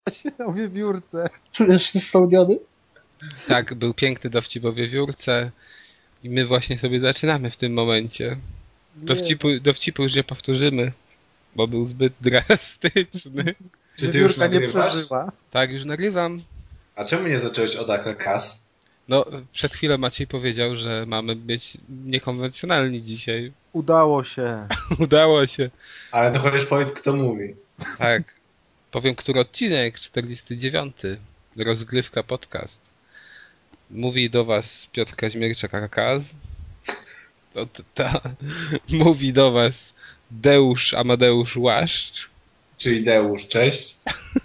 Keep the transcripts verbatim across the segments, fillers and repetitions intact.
O wiewiórce. Czujesz się spełniony? Tak, był piękny dowcip o wiewiórce i my właśnie sobie zaczynamy w tym momencie. Dowcipu, dowcipu już nie powtórzymy, bo był zbyt drastyczny. Czy ty już Wiewiórka nie nagrywasz? przeżyła. Tak, już nagrywam. A czemu nie zacząłeś od Akakas? No, przed chwilą Maciej powiedział, że mamy być niekonwencjonalni dzisiaj. Udało się. Udało się. Ale to chociaż powiedz, kto mówi. Tak. Powiem, który odcinek, czterdziesty dziewiąty. Rozgrywka podcast. Mówi do was Piotr Kaźmierczak-Akaz. To, to, ta. Mówi do was Deusz Amadeusz Łaszcz. Czyli Deusz, cześć.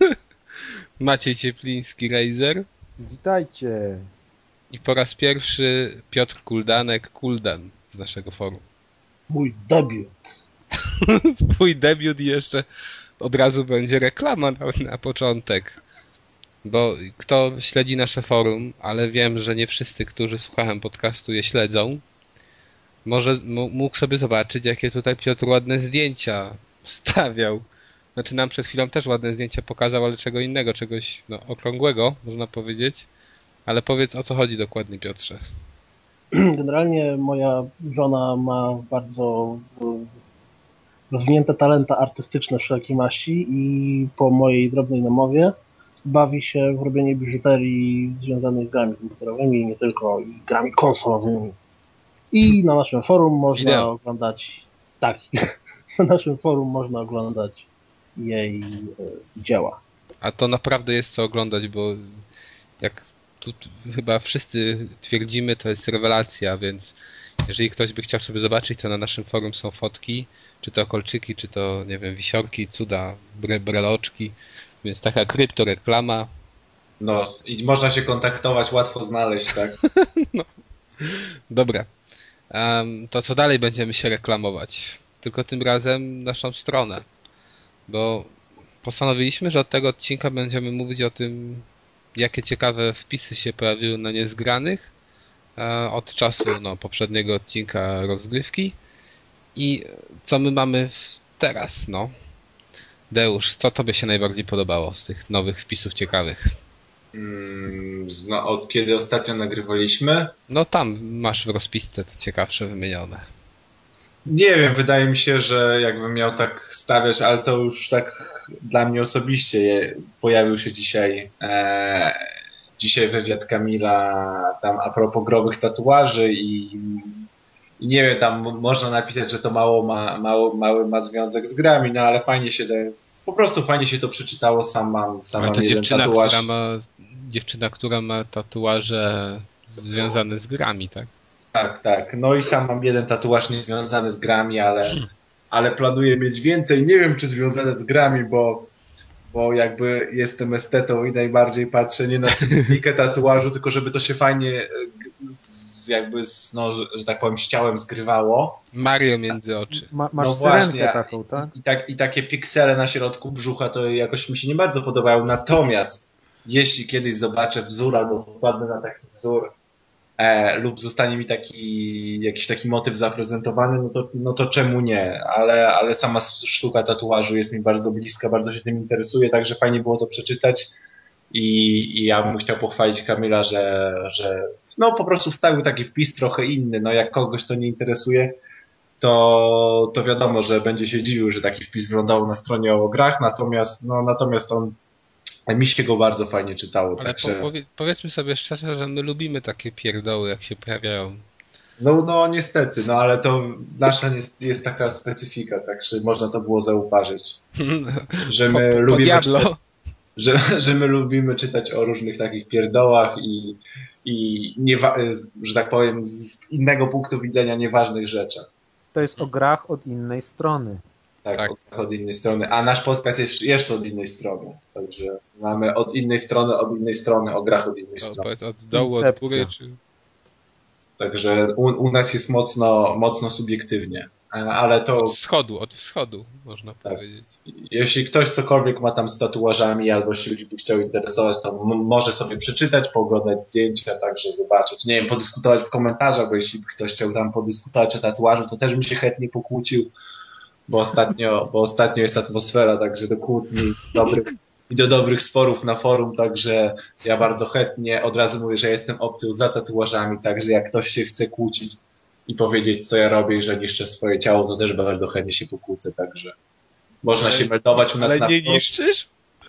Maciej Ciepliński-Razer. Witajcie. I po raz pierwszy Piotr Kuldanek Kuldan z naszego forum. Mój debiut. Twój debiut i jeszcze od razu będzie reklama na, na początek. Bo kto śledzi nasze forum, ale wiem, że nie wszyscy, którzy słuchają podcastu, je śledzą, może mógł sobie zobaczyć, jakie tutaj Piotr ładne zdjęcia wstawiał. Znaczy nam przed chwilą też ładne zdjęcia pokazał, ale czego innego, czegoś no, okrągłego, można powiedzieć. Ale powiedz, o co chodzi dokładnie, Piotrze. Generalnie moja żona ma bardzo rozwinięte talenty artystyczne wszelkiej maści i po mojej drobnej namowie bawi się w robienie biżuterii związanej z grami komputerowymi, nie tylko, i grami konsolowymi. I na naszym forum można Wideo. oglądać, tak, na naszym forum można oglądać jej e, dzieła. A to naprawdę jest co oglądać, bo jak tu chyba wszyscy twierdzimy, to jest rewelacja, więc jeżeli ktoś by chciał sobie zobaczyć, to na naszym forum są fotki, czy to kolczyki, czy to, nie wiem, wisiorki, cuda, bre, breloczki, więc taka kryptoreklama. No i można się kontaktować, łatwo znaleźć, tak? No. Dobra. Um, to co dalej będziemy się reklamować? Tylko tym razem naszą stronę. Bo postanowiliśmy, że od tego odcinka będziemy mówić o tym, jakie ciekawe wpisy się pojawiły na Niezgranych e, od czasu no, poprzedniego odcinka rozgrywki i co my mamy teraz, no. Deusz, co tobie się najbardziej podobało z tych nowych wpisów ciekawych? Mm, no, od kiedy ostatnio nagrywaliśmy? No tam masz w rozpisce te ciekawsze wymienione. Nie wiem, wydaje mi się, że jakbym miał tak stawiać, ale to już tak dla mnie osobiście je, pojawił się dzisiaj e, dzisiaj wywiad Kamila tam a propos growych tatuaży i, i nie wiem, tam można napisać, że to mało ma, mało, mały ma związek z grami, no ale fajnie się to, po prostu fajnie się to przeczytało, sam mam, sam Ale mam to jeden dziewczyna, tatuaż. która ma, dziewczyna, która ma tatuaże związane z grami, tak? Tak, tak. No i sam mam jeden tatuaż niezwiązany z grami, ale, ale planuję mieć więcej. Nie wiem, czy związane z grami, bo, bo jakby jestem estetą i najbardziej patrzę nie na symbolikę tatuażu, tylko żeby to się fajnie z, jakby z, no, że, że tak powiem, z ciałem zgrywało. Mario między oczy. Ma, masz No syrenkę właśnie, taką, tak? I, i, tak, I takie piksele na środku brzucha to jakoś mi się nie bardzo podobają. Natomiast jeśli kiedyś zobaczę wzór albo wpadnę na taki wzór, E, lub zostanie mi taki jakiś taki motyw zaprezentowany, no to, no to czemu nie? Ale, ale sama sztuka tatuażu jest mi bardzo bliska, bardzo się tym interesuję, także fajnie było to przeczytać i, i ja bym chciał pochwalić Kamila, że, że no po prostu wstawił taki wpis trochę inny, no jak kogoś to nie interesuje, to, to wiadomo, że będzie się dziwił, że taki wpis wylądował na stronie o grach, natomiast no natomiast on mi się go bardzo fajnie czytało. Ale także... po, powie, powiedzmy sobie szczerze, że my lubimy takie pierdoły, jak się pojawiają. No, no niestety, no ale to nasza jest, jest taka specyfika, także można to było zauważyć. Że my po, po, lubimy po czytać, że, że my lubimy czytać o różnych takich pierdołach i, i nie, że tak powiem z innego punktu widzenia nieważnych rzeczach. To jest o grach od innej strony. Tak, tak. Od, od innej strony. A nasz podcast jest jeszcze od innej strony. Także mamy od innej strony, od innej strony, o grach od innej to, strony. Od dołu, od góry, czy... Także u, u nas jest mocno, mocno subiektywnie. Ale to... Od wschodu, od wschodu, można tak. powiedzieć. Jeśli ktoś cokolwiek ma tam z tatuażami albo się by chciał interesować, to m- może sobie przeczytać, pooglądać zdjęcia, także zobaczyć. Nie wiem, podyskutować w komentarzach, bo jeśli by ktoś chciał tam podyskutować o tatuażu, to też bym się chętnie pokłócił, bo ostatnio, bo ostatnio jest atmosfera, także do kłótni dobrych, i do dobrych sporów na forum, także ja bardzo chętnie od razu mówię, że jestem opcją za tatuażami, także jak ktoś się chce kłócić i powiedzieć, co ja robię i że niszczę swoje ciało, to też bardzo chętnie się pokłócę, także można Ale- się meldować u nas Ale na nie forum. niszczysz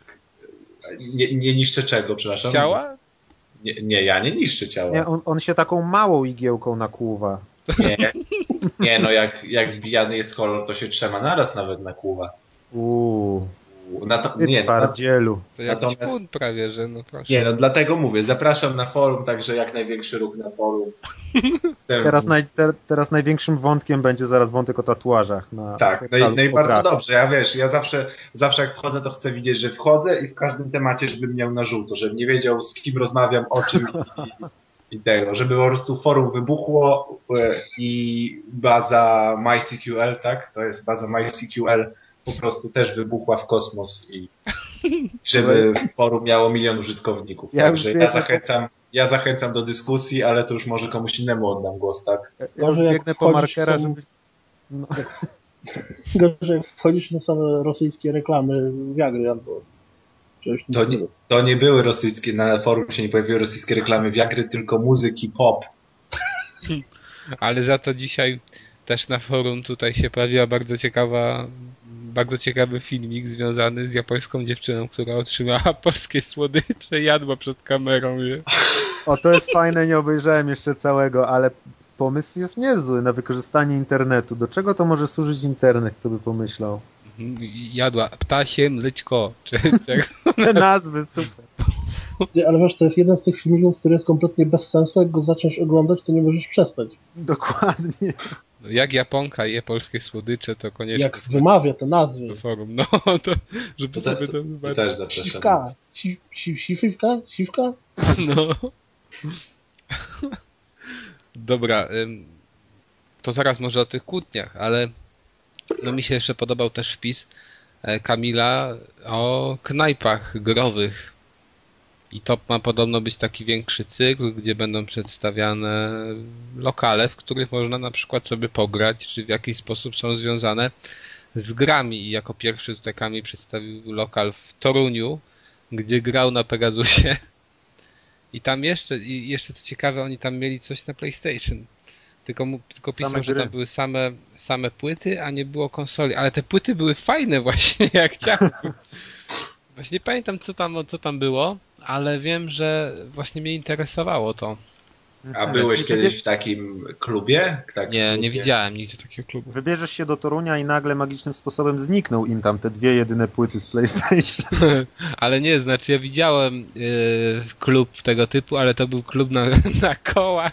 Nie, nie niszczę czego, przepraszam? ciała? Nie, nie, ja nie niszczę ciała. Nie, on, on się taką małą igiełką nakłuwa. Nie, nie no jak, jak wbijany jest kolor, to się trzyma naraz nawet na kółwa. Uuu, Na to, ty nie, no, twardzielu. To jakiś Natomiast- pun prawie, że no proszę. nie, no dlatego mówię, zapraszam na forum, także jak największy ruch na forum. Chcę- Teraz, naj, te, teraz największym wątkiem będzie zaraz wątek o tatuażach. Na Tak, no i, portalu no i bardzo Pogracz. dobrze. Ja wiesz, ja zawsze, zawsze jak wchodzę, to chcę widzieć, że wchodzę i w każdym temacie, żebym miał na żółto, żebym nie wiedział, z kim rozmawiam, o czym i, i tego, żeby po prostu forum wybuchło e, i baza MySQL, tak? To jest baza MySQL, po prostu też wybuchła w kosmos i żeby forum miało milion użytkowników. Ja już Także ja biegnę- zachęcam, ja zachęcam do dyskusji, ale to już może komuś innemu oddam głos, tak? Ja już Może jak biegnę po wchodzisz markera, w tą- żeby... No, Gorzej jak wchodzisz na same rosyjskie reklamy Viagry albo czegoś To nie, takiego. to nie były rosyjskie, na forum się nie pojawiły rosyjskie reklamy Viagry, tylko muzyki pop. Ale za to dzisiaj też na forum tutaj się pojawiła bardzo ciekawa, bardzo ciekawy filmik związany z japońską dziewczyną, która otrzymała polskie słodycze, jadła przed kamerą. Wie. o, to jest fajne, nie obejrzałem jeszcze całego, ale pomysł jest niezły na wykorzystanie internetu. Do czego to może służyć internet, kto by pomyślał? Mhm, i Jadła ptasie mleczko, czy tego. Te nazwy, super. Nie, ale wiesz, to jest jeden z tych filmików, który jest kompletnie bez sensu. Jak go zaczniesz oglądać, to nie możesz przestać. Dokładnie. No, jak Japonka je polskie słodycze, to koniecznie Jak wymawia te nazwy. do forum. No, to żeby To, te, sobie to, to to zobaczyć. też zapraszam. Siwka. Si, si, siwka? Siwka? No. Dobra, ym, to zaraz może o tych kłótniach, ale no mi się jeszcze podobał też wpis e, Kamila o knajpach growych. I to ma podobno być taki większy cykl, gdzie będą przedstawiane lokale, w których można na przykład sobie pograć, czy w jakiś sposób są związane z grami. I jako pierwszy tutaj Kamil przedstawił lokal w Toruniu, gdzie grał na Pegasusie. I tam jeszcze, i jeszcze co ciekawe, oni tam mieli coś na PlayStation. Tylko, mu, tylko Same pisał, że gry. tam były same, same płyty, a nie było konsoli. Ale te płyty były fajne właśnie, jak ciastko. Właśnie nie pamiętam, co tam, co tam było, ale wiem, że właśnie mnie interesowało to. A byłeś kiedyś w takim klubie? Tak, Nie, klubie? nie widziałem nigdzie takiego klubu. Wybierzesz się do Torunia i nagle magicznym sposobem znikną im tam te dwie jedyne płyty z PlayStation. Ale nie, znaczy ja widziałem yy, klub tego typu, ale to był klub na, na kołach.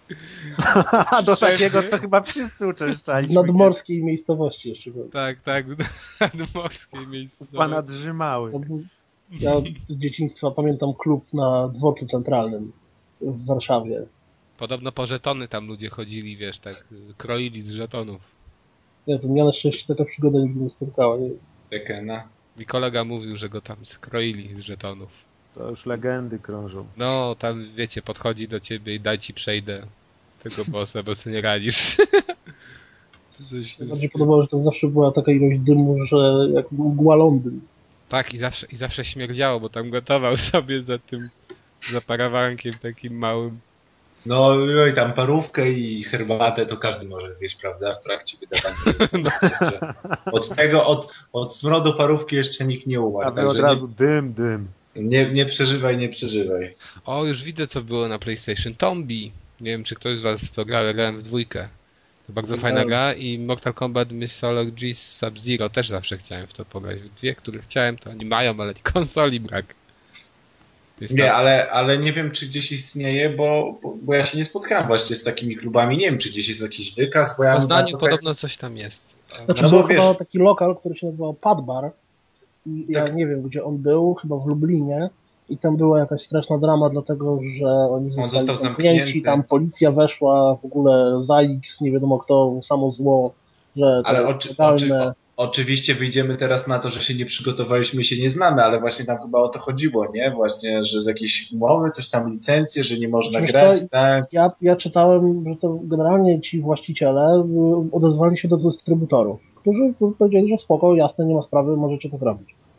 A do takiego to chyba wszyscy W uczęszczaliśmy. nadmorskiej miejscowości jeszcze. było. Tak, tak, w nadmorskiej miejscu. Pana Drzymały. To był- Ja z dzieciństwa pamiętam klub na dworcu centralnym w Warszawie. Podobno po żetony tam ludzie chodzili, wiesz, tak, y, kroili z żetonów. Nie, to mnie na szczęście taka przygoda nigdy nie spotkała. Nie? Tekena. Mi kolega mówił, że go tam skroili z żetonów. To już legendy krążą. No, tam wiecie, podchodzi do ciebie i daj ci przejdę tego bossa, bo sobie nie radzisz. Coś w tym Bardziej stylu. podobało, że tam zawsze była taka ilość dymu, że jak mgła Londyn. Tak, i zawsze, i zawsze śmierdziało, bo tam gotował sobie za tym, za parawankiem takim małym. No i tam parówkę i herbatę to każdy może zjeść, prawda? W trakcie wydawania. Także Od tego, od, od smrodu parówki jeszcze nikt nie A umarł. wy od Także razu dym, dym. nie, nie, nie przeżywaj, nie przeżywaj. O, już widzę, co było na PlayStation. Tombi. Nie wiem, czy ktoś z was w to grał, ja grałem w dwójkę. To bardzo Grałem. fajna gra i Mortal Kombat Mythology Sub-Zero też zawsze chciałem w to pograć. Dwie, które chciałem, to oni mają, ale konsoli brak. Jest Nie, tam- ale, ale nie wiem, czy gdzieś istnieje, bo, bo, bo ja się nie spotkałem właśnie z takimi klubami. Nie wiem, czy gdzieś jest jakiś wykaz, bo ja... W Poznaniu tak- podobno coś tam jest. Znaczy No był bo wiesz- chyba taki lokal, który się nazywał Padbar i ja Tak. nie wiem, gdzie on był, chyba w Lublinie i tam była jakaś straszna drama, dlatego że oni zostali został zamknięci, zamknięty. tam policja weszła, w ogóle za X, nie wiadomo kto, samo zło, że to Ale jest oczy, totalne. oczy, oczywiście wyjdziemy teraz na to, że się nie przygotowaliśmy, się nie znamy, ale właśnie tam chyba o to chodziło, nie? Właśnie, że z jakiejś umowy, coś tam licencje, że nie można Wiesz grać, co, tak? Ja, ja czytałem, że to generalnie ci właściciele y, odezwali się do dystrybutorów, którzy powiedzieli, że spoko, jasne, nie ma sprawy, możecie to robić.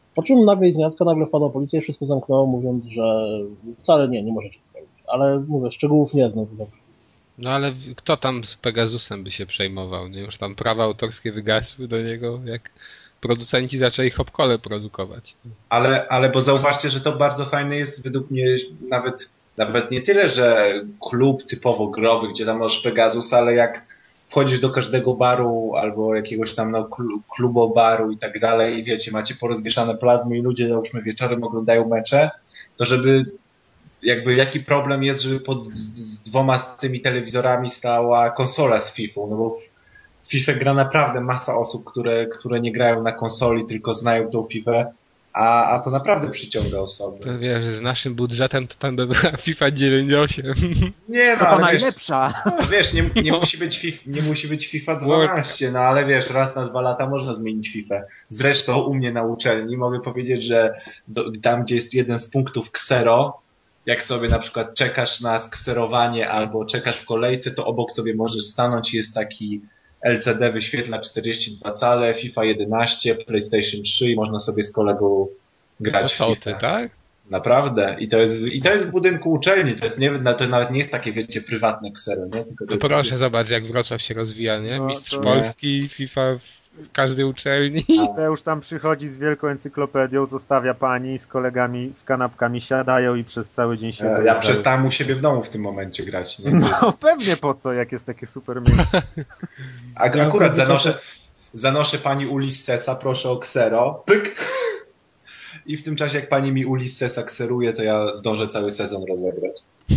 Po czym nagle z niacka nagle wpadła policja i wszystko zamknęło, mówiąc, że wcale nie, nie możecie tego robić. Ale mówię, szczegółów nie znam. No ale kto tam z Pegasusem by się przejmował, nie? Już tam prawa autorskie wygasły do niego, jak producenci zaczęli hopkole produkować. Ale, ale bo zauważcie, że to bardzo fajne jest według mnie nawet, nawet nie tyle, że klub typowo growy, gdzie tam masz Pegasus, ale jak wchodzisz do każdego baru albo jakiegoś tam no, klubobaru i tak dalej i wiecie, macie porozwieszane plazmy i ludzie załóżmy wieczorem oglądają mecze, to żeby jakby jaki problem jest, żeby pod z dwoma z tymi telewizorami stała konsola z FIFA, no bo w FIFA gra naprawdę masa osób, które, które nie grają na konsoli, tylko znają tą FIFA, a, a to naprawdę przyciąga osoby. To wiesz, z naszym budżetem to tam by była FIFA dziewięćdziesiąt osiem. Nie, no, to, to ale najlepsza. Wiesz, wiesz nie, nie, musi być FIFA, nie musi być FIFA dwanaście, no ale wiesz, raz na dwa lata można zmienić FIFA. Zresztą u mnie na uczelni mogę powiedzieć, że do, tam, gdzie jest jeden z punktów ksero, jak sobie na przykład czekasz na skserowanie albo czekasz w kolejce, to obok sobie możesz stanąć, jest taki L C D, wyświetla czterdzieści dwa cale, FIFA jedenaście, PlayStation trzy i można sobie z kolegą grać No co w FIFA. ty, tak? Naprawdę. I to jest, i to jest w budynku uczelni. To jest nie, to nawet nie jest takie, wiecie, prywatne ksero, nie? Tylko to No jest proszę, zobacz jak Wrocław się rozwija, nie? No, Mistrz to Polski, FIFA w każdej uczelni. Mateusz tam przychodzi z wielką encyklopedią, zostawia pani z kolegami z kanapkami, siadają i przez cały dzień siedzą. Ja przestałem u siebie w domu w tym momencie grać. Nie? No pewnie po co, jak jest takie super miejsce. A, akurat zanoszę, zanoszę pani Ulyssesa, proszę o ksero. Pyk! I w tym czasie, jak pani mi Ulyssesa kseruje, to ja zdążę cały sezon rozegrać.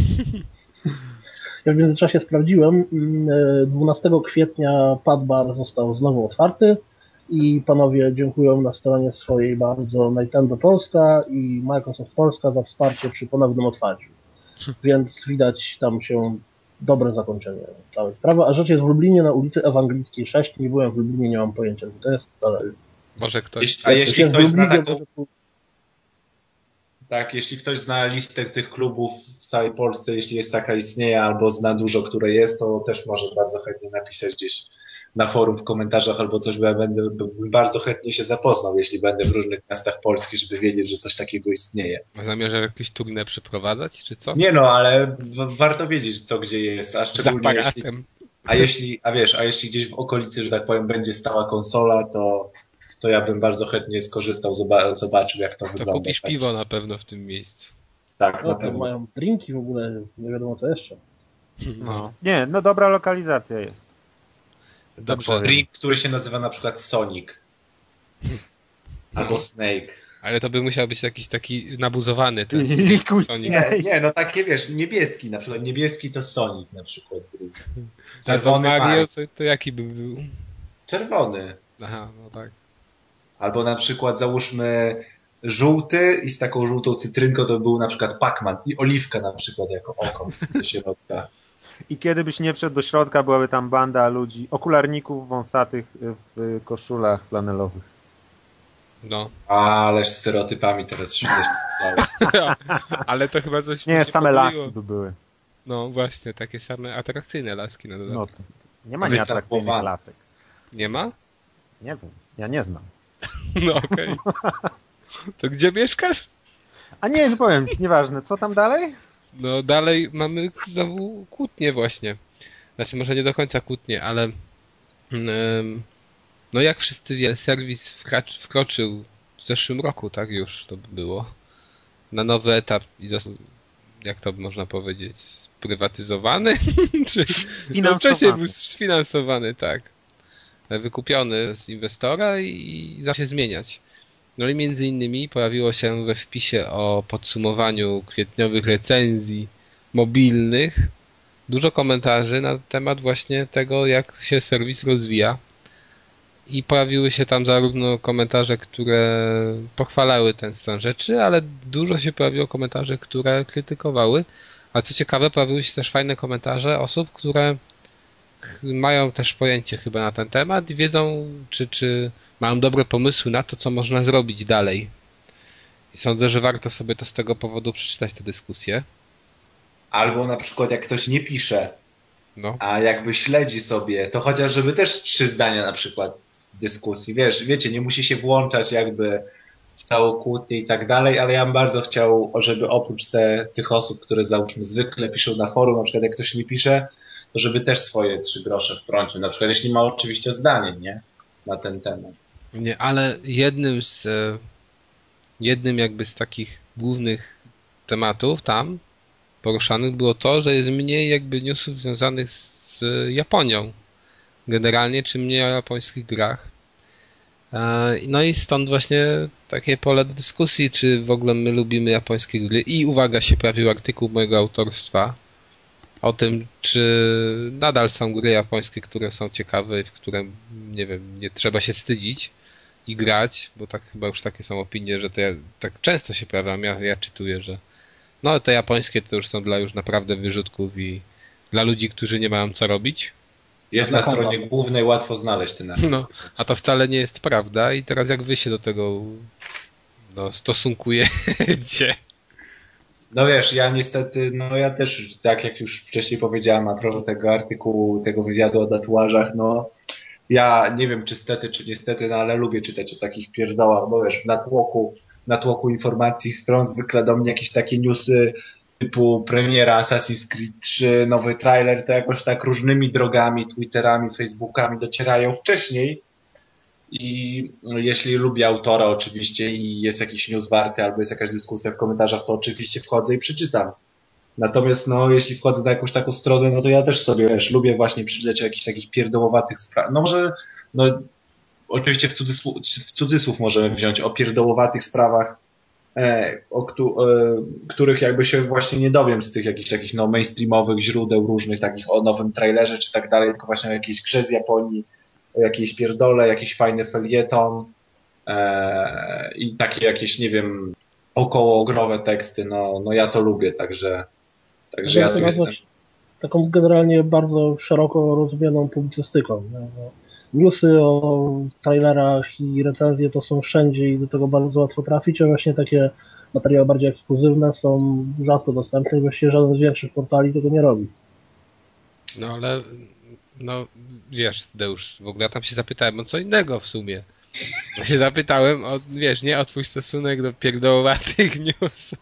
Ja w międzyczasie sprawdziłem, dwunastego kwietnia Padbar został znowu otwarty i panowie dziękują na stronie swojej bardzo Nintendo Polska i Microsoft Polska za wsparcie przy ponownym otwarciu. Więc widać tam się dobre zakończenie całej sprawy. A rzecz jest w Lublinie na ulicy Ewangelickiej sześć. Nie byłem w Lublinie, nie mam pojęcia, gdzie to jest, ale... Może ktoś... Jeśli, a jeśli ktoś zna Lublinie, taką... może... Tak, jeśli ktoś zna listę tych klubów w całej Polsce, jeśli jest taka istnieje, albo zna dużo, które jest, to też może bardzo chętnie napisać gdzieś na forum, w komentarzach albo coś, bo ja będę bym bardzo chętnie się zapoznał, jeśli będę w różnych miastach Polski, żeby wiedzieć, że coś takiego istnieje. Ma zamiar jakieś turnę przeprowadzać, czy co? Nie no, ale w, warto wiedzieć, co gdzie jest, a szczególnie jeśli, a jeśli, a wiesz, a jeśli gdzieś w okolicy, że tak powiem, będzie stała konsola, to to ja bym bardzo chętnie skorzystał, zobaczył jak to, to wygląda. To kupisz tak. piwo na pewno w tym miejscu. Tak, no, na pewno. Mają drinki w ogóle, nie wiadomo co jeszcze. No. Nie, no dobra lokalizacja jest. Dobrze. Drink, który się nazywa na przykład Sonic. Albo Snake. Ale to by musiał być jakiś taki nabuzowany ten Liquid Sonic. Nie, nie, no takie wiesz, niebieski na przykład. Niebieski to Sonic na przykład. Drink. A to Czerwony Mario, Mike. to, to jaki by był? Czerwony. Aha, no tak. Albo na przykład załóżmy żółty i z taką żółtą cytrynką to był na przykład Pac-Man i oliwka na przykład jako oko do środka. I kiedy byś nie wszedł do środka, byłaby tam banda ludzi, okularników wąsatych w koszulach flanelowych. No. Ależ stereotypami teraz się zaśmiało. Ale to chyba coś Nie, mi się same pomyliło. laski by były. No właśnie, takie same atrakcyjne laski na dodatek. No, to nie ma Wytatuowane. nieatrakcyjnych lasek. Nie ma? Nie wiem, ja nie znam. No okej. To gdzie mieszkasz? A nie, nie powiem, nieważne. Co tam dalej? No dalej mamy znowu kłótnie właśnie. Znaczy może nie do końca kłótnie, ale um, no jak wszyscy wiemy, serwis wkracz, wkroczył w zeszłym roku, tak już to było, na nowy etap i został, jak to można powiedzieć, sprywatyzowany? Czy no, wcześniej był sfinansowany, tak. Wykupiony z inwestora i, i zaczął się zmieniać. No i między innymi pojawiło się we wpisie o podsumowaniu kwietniowych recenzji mobilnych dużo komentarzy na temat właśnie tego, jak się serwis rozwija. I pojawiły się tam zarówno komentarze, które pochwalały ten stan rzeczy, ale dużo się pojawiło komentarzy, które krytykowały. A co ciekawe, pojawiły się też fajne komentarze osób, które mają też pojęcie chyba na ten temat i wiedzą, czy, czy mają dobre pomysły na to, co można zrobić dalej. I sądzę, że warto sobie to z tego powodu przeczytać tę dyskusję. Albo na przykład jak ktoś nie pisze, no. a jakby śledzi sobie, to chociaż żeby też trzy zdania na przykład w dyskusji. Wiesz, wiecie, nie musi się włączać jakby w całą kłótnię i tak dalej, ale ja bym bardzo chciał, żeby oprócz te, tych osób, które załóżmy zwykle piszą na forum, na przykład jak ktoś mi pisze, to żeby też swoje trzy grosze wtrącił, na przykład jeśli ma oczywiście zdanie, nie? Na ten temat. Nie, ale jednym z e, jednym jakby z takich głównych tematów tam poruszanych było to, że jest mniej jakby newsów związanych z Japonią. Generalnie, czy mniej o japońskich grach. E, no i stąd właśnie takie pole do dyskusji, czy w ogóle my lubimy japońskie gry. I uwaga, się pojawił artykuł mojego autorstwa o tym, czy nadal są gry japońskie, które są ciekawe i w które, nie wiem, nie trzeba się wstydzić i grać, bo tak chyba już takie są opinie, że to ja, tak często się pojawiam, ja, ja czytuję, że no te japońskie to już są dla już naprawdę wyrzutków i dla ludzi, którzy nie mają co robić. Jest na stronie głównej, łatwo znaleźć ten artykuł. No, a to wcale nie jest prawda i teraz jak wy się do tego no, stosunkujecie? No wiesz, ja niestety, no ja też, tak jak już wcześniej powiedziałem a propos tego artykułu, tego wywiadu o tatuażach, no ja nie wiem czy stety, czy niestety, no ale lubię czytać o takich pierdołach, bo wiesz, w natłoku, w natłoku informacji stron zwykle do mnie jakieś takie newsy typu premiera Assassin's Creed trzy, nowy trailer, to jakoś tak różnymi drogami, Twitterami, Facebookami docierają wcześniej. I jeśli lubię autora oczywiście i jest jakiś news warty albo jest jakaś dyskusja w komentarzach, to oczywiście wchodzę i przeczytam. Natomiast no, jeśli wchodzę na jakąś taką stronę, no to ja też sobie, wiesz, lubię właśnie przeczytać o jakichś takich pierdołowatych sprawach. No może, no oczywiście w cudzysłów, w cudzysłów możemy wziąć o pierdołowatych sprawach, e, o któ, e, których jakby się właśnie nie dowiem z tych jakichś takich no mainstreamowych źródeł różnych takich o nowym trailerze czy tak dalej, tylko właśnie o jakiejś grze z Japonii, o jakiejś pierdole, jakiś fajny felieton e, i takie jakieś, nie wiem, okołogrowe teksty, no, no ja to lubię, także, także ja tu jestem. Taką generalnie bardzo szeroko rozumianą publicystyką. No, newsy o trailerach i recenzje to są wszędzie i do tego bardzo łatwo trafić, a właśnie takie materiały bardziej ekskluzywne są rzadko dostępne i właściwie żaden z większych portali tego nie robi. No ale no wiesz, Deusz, w ogóle ja tam się zapytałem o co innego w sumie. Bo się zapytałem o, wiesz, nie o twój stosunek do pierdołowatych newsów.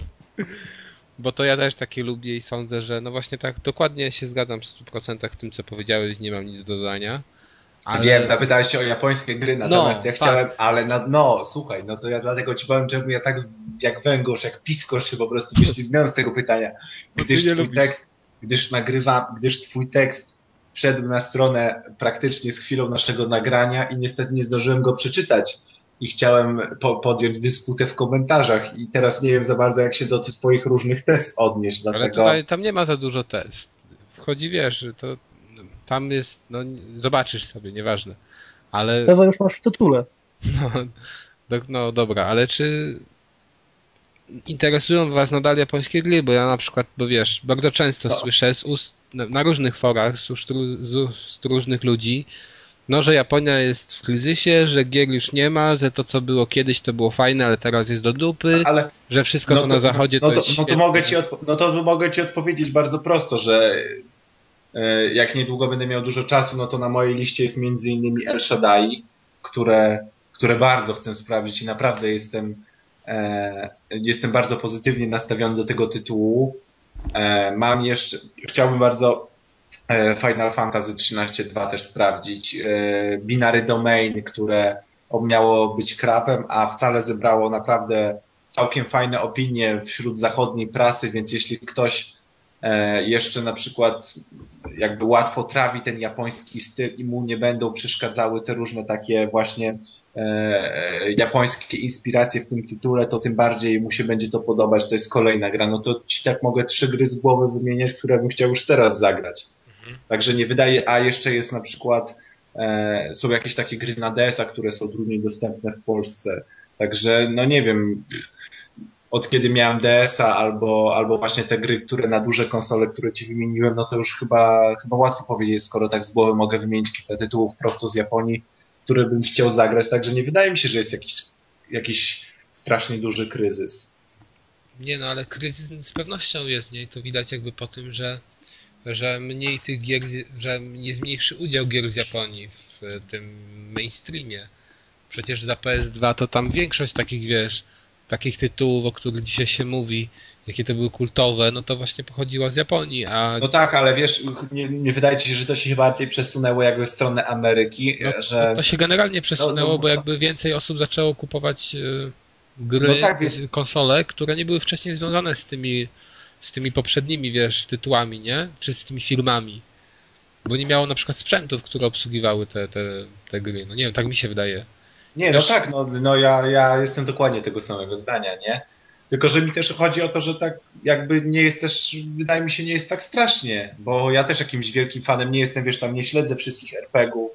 Bo to ja też takie lubię i sądzę, że no właśnie tak dokładnie się zgadzam w stu procentach z tym, co powiedziałeś, nie mam nic do dodania. Ale... Wiem, zapytałeś się o japońskie gry, natomiast no, ja chciałem, tak. ale na, no słuchaj, no to ja dlatego ci powiem, że ja tak jak węgorz, jak piskosz się po prostu wyślizgnąłem z tego pytania, gdyż twój lubisz. tekst, gdyż nagrywam, gdyż twój tekst wszedł na stronę praktycznie z chwilą naszego nagrania i niestety nie zdążyłem go przeczytać i chciałem po, podjąć dysputę w komentarzach i teraz nie wiem za bardzo jak się do tych twoich różnych tez odnieść. Dlatego... Ale tutaj tam nie ma za dużo tez. Wchodzi, wiesz, to tam jest, no zobaczysz sobie, nieważne. Ale... Teza już masz w tytule. No, do, no dobra, ale czy interesują was nadal japońskie gry? Bo ja na przykład, bo wiesz, bardzo często no. słyszę z ust, na, na różnych forach z ust, z ust różnych ludzi, no, że Japonia jest w kryzysie, że gier już nie ma, że to co było kiedyś to było fajne, ale teraz jest do dupy, ale, że wszystko no to, co na zachodzie no to, to jest no to, mogę ci odpo- no to mogę ci odpowiedzieć bardzo prosto, że e, jak niedługo będę miał dużo czasu, no to na mojej liście jest między innymi El Shaddai, które, które bardzo chcę sprawdzić i naprawdę jestem e, jestem bardzo pozytywnie nastawiony do tego tytułu. E, mam jeszcze, chciałbym bardzo Final Fantasy trzynaście dwa też sprawdzić. Binary Domain, które miało być krapem, a wcale zebrało naprawdę całkiem fajne opinie wśród zachodniej prasy, więc jeśli ktoś jeszcze na przykład jakby łatwo trawi ten japoński styl i mu nie będą przeszkadzały te różne takie właśnie japońskie inspiracje w tym tytule, to tym bardziej mu się będzie to podobać. To jest kolejna gra. No to ci tak mogę trzy gry z głowy wymieniać, w które bym chciał już teraz zagrać. Także nie wydaje, a jeszcze jest na przykład, e, są jakieś takie gry na D S a, które są trudniej dostępne w Polsce. Także, no nie wiem, od kiedy miałem D S a albo, albo właśnie te gry, które na duże konsole, które ci wymieniłem, no to już chyba, chyba łatwo powiedzieć, skoro tak z głowy mogę wymienić kilka tytułów prosto z Japonii, w które bym chciał zagrać. Także nie wydaje mi się, że jest jakiś, jakiś strasznie duży kryzys. Nie no, ale kryzys z pewnością jest, nie? I to widać jakby po tym, że że mniej tych gier, że jest mniejszy udział gier z Japonii w tym mainstreamie. Przecież za P S dwa to tam większość takich, wiesz, takich tytułów, o których dzisiaj się mówi, jakie to były kultowe, no to właśnie pochodziło z Japonii, a... No tak, ale wiesz, nie, nie wydaje ci się, że to się bardziej przesunęło jakby w stronę Ameryki, no, że... To, to się generalnie przesunęło, no, no, bo jakby więcej osób zaczęło kupować y, gry, no tak, wiesz... konsole, które nie były wcześniej związane z tymi, z tymi poprzednimi, wiesz, tytułami, nie? Czy z tymi firmami. Bo nie miało na przykład sprzętów, które obsługiwały te, te, te gry. No nie wiem, tak mi się wydaje. Nie, no tak, no, no ja, ja jestem dokładnie tego samego zdania, nie? Tylko, że mi też chodzi o to, że tak jakby nie jest też, wydaje mi się, nie jest tak strasznie, bo ja też jakimś wielkim fanem nie jestem, wiesz, tam nie śledzę wszystkich er pe gie ów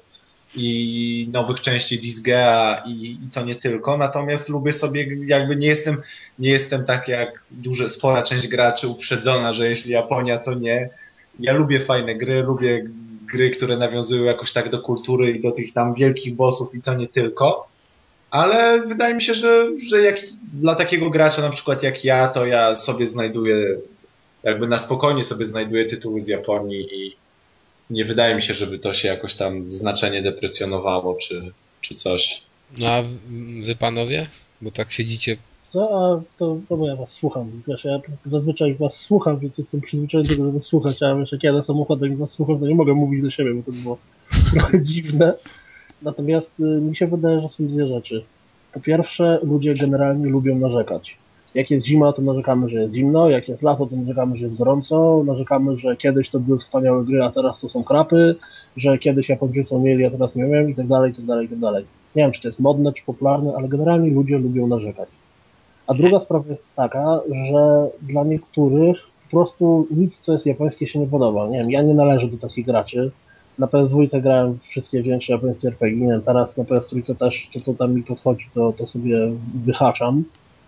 i nowych części Disgaea i, i co nie tylko, natomiast lubię sobie, jakby nie jestem, nie jestem tak jak duże, spora część graczy uprzedzona, że jeśli Japonia, to nie. Ja lubię fajne gry, lubię gry, które nawiązują jakoś tak do kultury i do tych tam wielkich bossów i co nie tylko. Ale wydaje mi się, że, że jak, dla takiego gracza na przykład jak ja, to ja sobie znajduję, jakby na spokojnie sobie znajduję tytuły z Japonii i nie wydaje mi się, żeby to się jakoś tam znaczenie deprecjonowało czy, czy coś. No a wy panowie? Bo tak siedzicie... Co? A to, to bo ja was słucham. Wiesz, ja zazwyczaj was słucham, więc jestem przyzwyczajony do tego, żeby słuchać, a wiesz, jak jadę samochodem i was słucham, to nie mogę mówić do siebie, bo to było trochę dziwne. Natomiast y, mi się wydaje, że są dwie rzeczy. Po pierwsze, ludzie generalnie lubią narzekać. Jak jest zima, to narzekamy, że jest zimno, jak jest lato, to narzekamy, że jest gorąco, narzekamy, że kiedyś to były wspaniałe gry, a teraz to są krapy, że kiedyś Japończycy mieli, a teraz nie wiem, i tak dalej, i tak dalej, i tak dalej. Nie wiem, czy to jest modne, czy popularne, ale generalnie ludzie lubią narzekać. A druga sprawa jest taka, że dla niektórych po prostu nic, co jest japońskie, się nie podoba. Nie wiem, ja nie należę do takich graczy. Na P S dwa grałem wszystkie większe japońskie er pe gie, nie wiem, teraz na P S trzy też, czy to tam mi podchodzi, to, to sobie wyhaczam.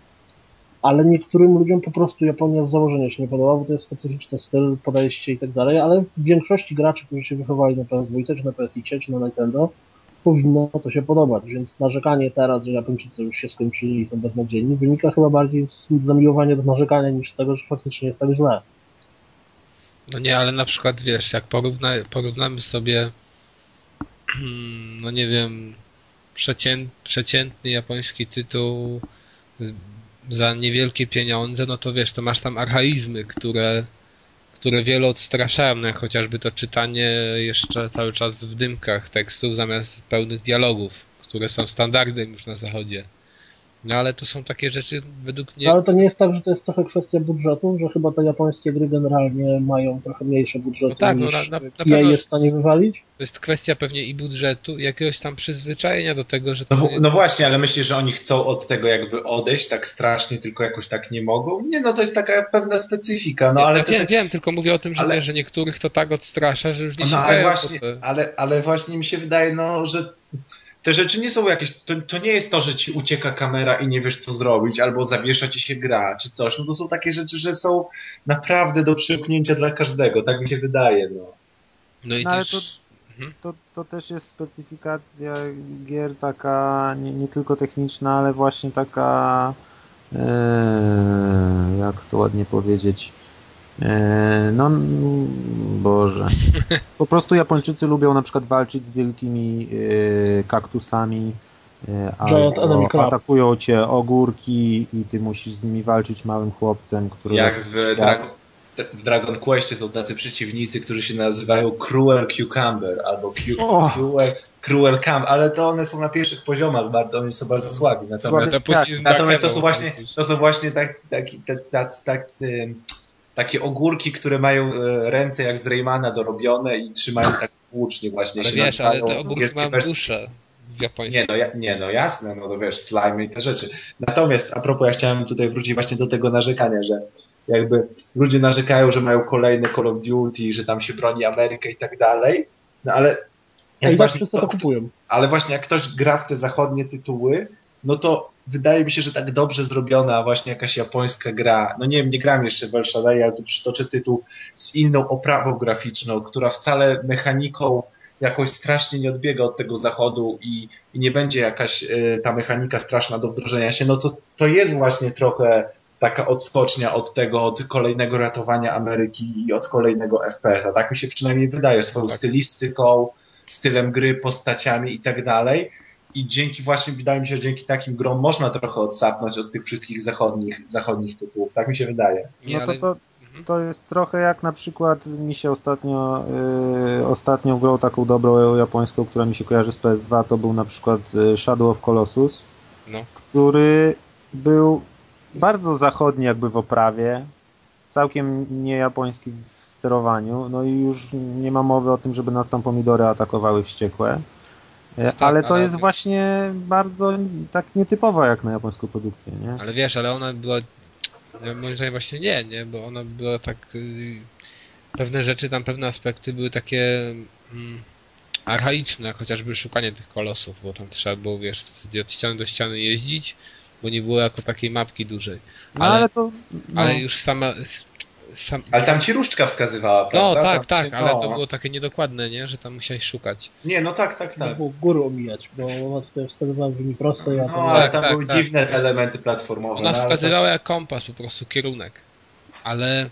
Ale niektórym ludziom po prostu Japonia z założenia się nie podoba, bo to jest specyficzny styl, podejście i tak dalej, ale w większości graczy, którzy się wychowali na P S dwa, czy na P S iks, czy na Nintendo, powinno to się podobać, więc narzekanie teraz, że Japończycy już się skończyli i są beznadziejni, wynika chyba bardziej z zamiłowania do narzekania niż z tego, że faktycznie jest tak źle. No nie, ale na przykład wiesz, jak porówna, porównamy sobie no nie wiem przecięt, przeciętny japoński tytuł za niewielkie pieniądze, no to wiesz, to masz tam archaizmy, które które wiele odstraszają, no jak chociażby to czytanie jeszcze cały czas w dymkach tekstów zamiast pełnych dialogów, które są standardem już na zachodzie. No ale to są takie rzeczy według mnie... Ale to nie jest tak, że to jest trochę kwestia budżetu, że chyba te japońskie gry generalnie mają trochę mniejsze budżety no tak, niż no, na, na, na ja jest w stanie wywalić? To jest kwestia pewnie i budżetu, i jakiegoś tam przyzwyczajenia do tego, że... To to w, no właśnie, ale myślisz, że oni chcą od tego jakby odejść tak strasznie, tylko jakoś tak nie mogą? Nie, no to jest taka pewna specyfika. No, ja, ale ja to wiem, tak... wiem, tylko mówię o tym, że, ale... nie, że niektórych to tak odstrasza, że już nie no, się ale właśnie, te... ale, ale właśnie mi się wydaje, no, że te rzeczy nie są jakieś, to, to nie jest to, że ci ucieka kamera i nie wiesz co zrobić, albo zawiesza ci się gra, czy coś. No to są takie rzeczy, że są naprawdę do przypnięcia dla każdego, tak mi się wydaje, no. No i no, ale też... to, to, to też jest specyfikacja gier taka nie, nie tylko techniczna, ale właśnie taka ee, jak to ładnie powiedzieć, no, Boże. Po prostu Japończycy lubią na przykład walczyć z wielkimi y, kaktusami, y, albo atakują cię ogórki i ty musisz z nimi walczyć małym chłopcem, który... Jak w, Dra- w Dragon Questie są tacy przeciwnicy, którzy się nazywają Cruel Cucumber albo Cu- oh. Cruel, Cruel Cam, ale to one są na pierwszych poziomach bardzo, oni są bardzo słabi. Natomiast, Słaby, tak, tak, natomiast to są właśnie, to są właśnie tak, tak, tak, tak, tak um, takie ogórki, które mają ręce jak z Raymana dorobione i trzymają tak włócznie właśnie. Ale się wiesz, ale te ogórki mają wersje. duszę w japońskim. Nie no, ja, nie, no jasne, no to wiesz, slime i te rzeczy. Natomiast a propos, ja chciałem tutaj wrócić właśnie do tego narzekania, że jakby ludzie narzekają, że mają kolejne Call of Duty, że tam się broni Amerykę i tak dalej, no ale... Jak właśnie, wszyscy to kupują. Ale właśnie jak ktoś gra w te zachodnie tytuły, no to wydaje mi się, że tak dobrze zrobiona właśnie jakaś japońska gra, no nie wiem, nie grałem jeszcze w El Shaddai, ale tu przytoczę tytuł z inną oprawą graficzną, która wcale mechaniką jakoś strasznie nie odbiega od tego zachodu i, i nie będzie jakaś y, ta mechanika straszna do wdrożenia się, no to to jest właśnie trochę taka odskocznia od tego, od kolejnego ratowania Ameryki i od kolejnego F P S a. Tak mi się przynajmniej wydaje, swoją stylistyką, stylem gry, postaciami i tak dalej. i dzięki właśnie, wydaje mi się, że dzięki takim grom można trochę odsapnąć od tych wszystkich zachodnich, zachodnich tytułów. Tak mi się wydaje. Nie, No to, ale... to, to jest trochę jak na przykład mi się ostatnio yy, ostatnią grą taką dobrą japońską, która mi się kojarzy z P S dwa, to był na przykład Shadow of Colossus, No. który był bardzo zachodni jakby w oprawie, całkiem nie japoński w sterowaniu, no i już nie ma mowy o tym, żeby nas tam pomidory atakowały wściekłe. No tak, ale to ale... jest właśnie bardzo tak nietypowa jak na japońską produkcję, nie? Ale wiesz, ale ona była... Moim zdaniem właśnie nie, nie, bo ona była tak... Yy, pewne rzeczy, tam pewne aspekty były takie mm, archaiczne, chociażby szukanie tych kolosów, bo tam trzeba było, wiesz, w zasadzie od ściany do ściany jeździć, bo nie było jako takiej mapki dużej. No, Ale, ale to... No. ale już sama... Sam, Ale tam ci różdżka wskazywała, prawda? No tak, tam tak, się, ale no. to było takie niedokładne, nie? Że tam musiałeś szukać. Nie, no tak, tak, Trzeba tak. było góry omijać, bo ona tutaj wskazywała w linii prostej, a No, to ale Tak, tam tak, były tak. dziwne te elementy platformowe. Ona no, ale wskazywała jak kompas, po prostu kierunek. Ale,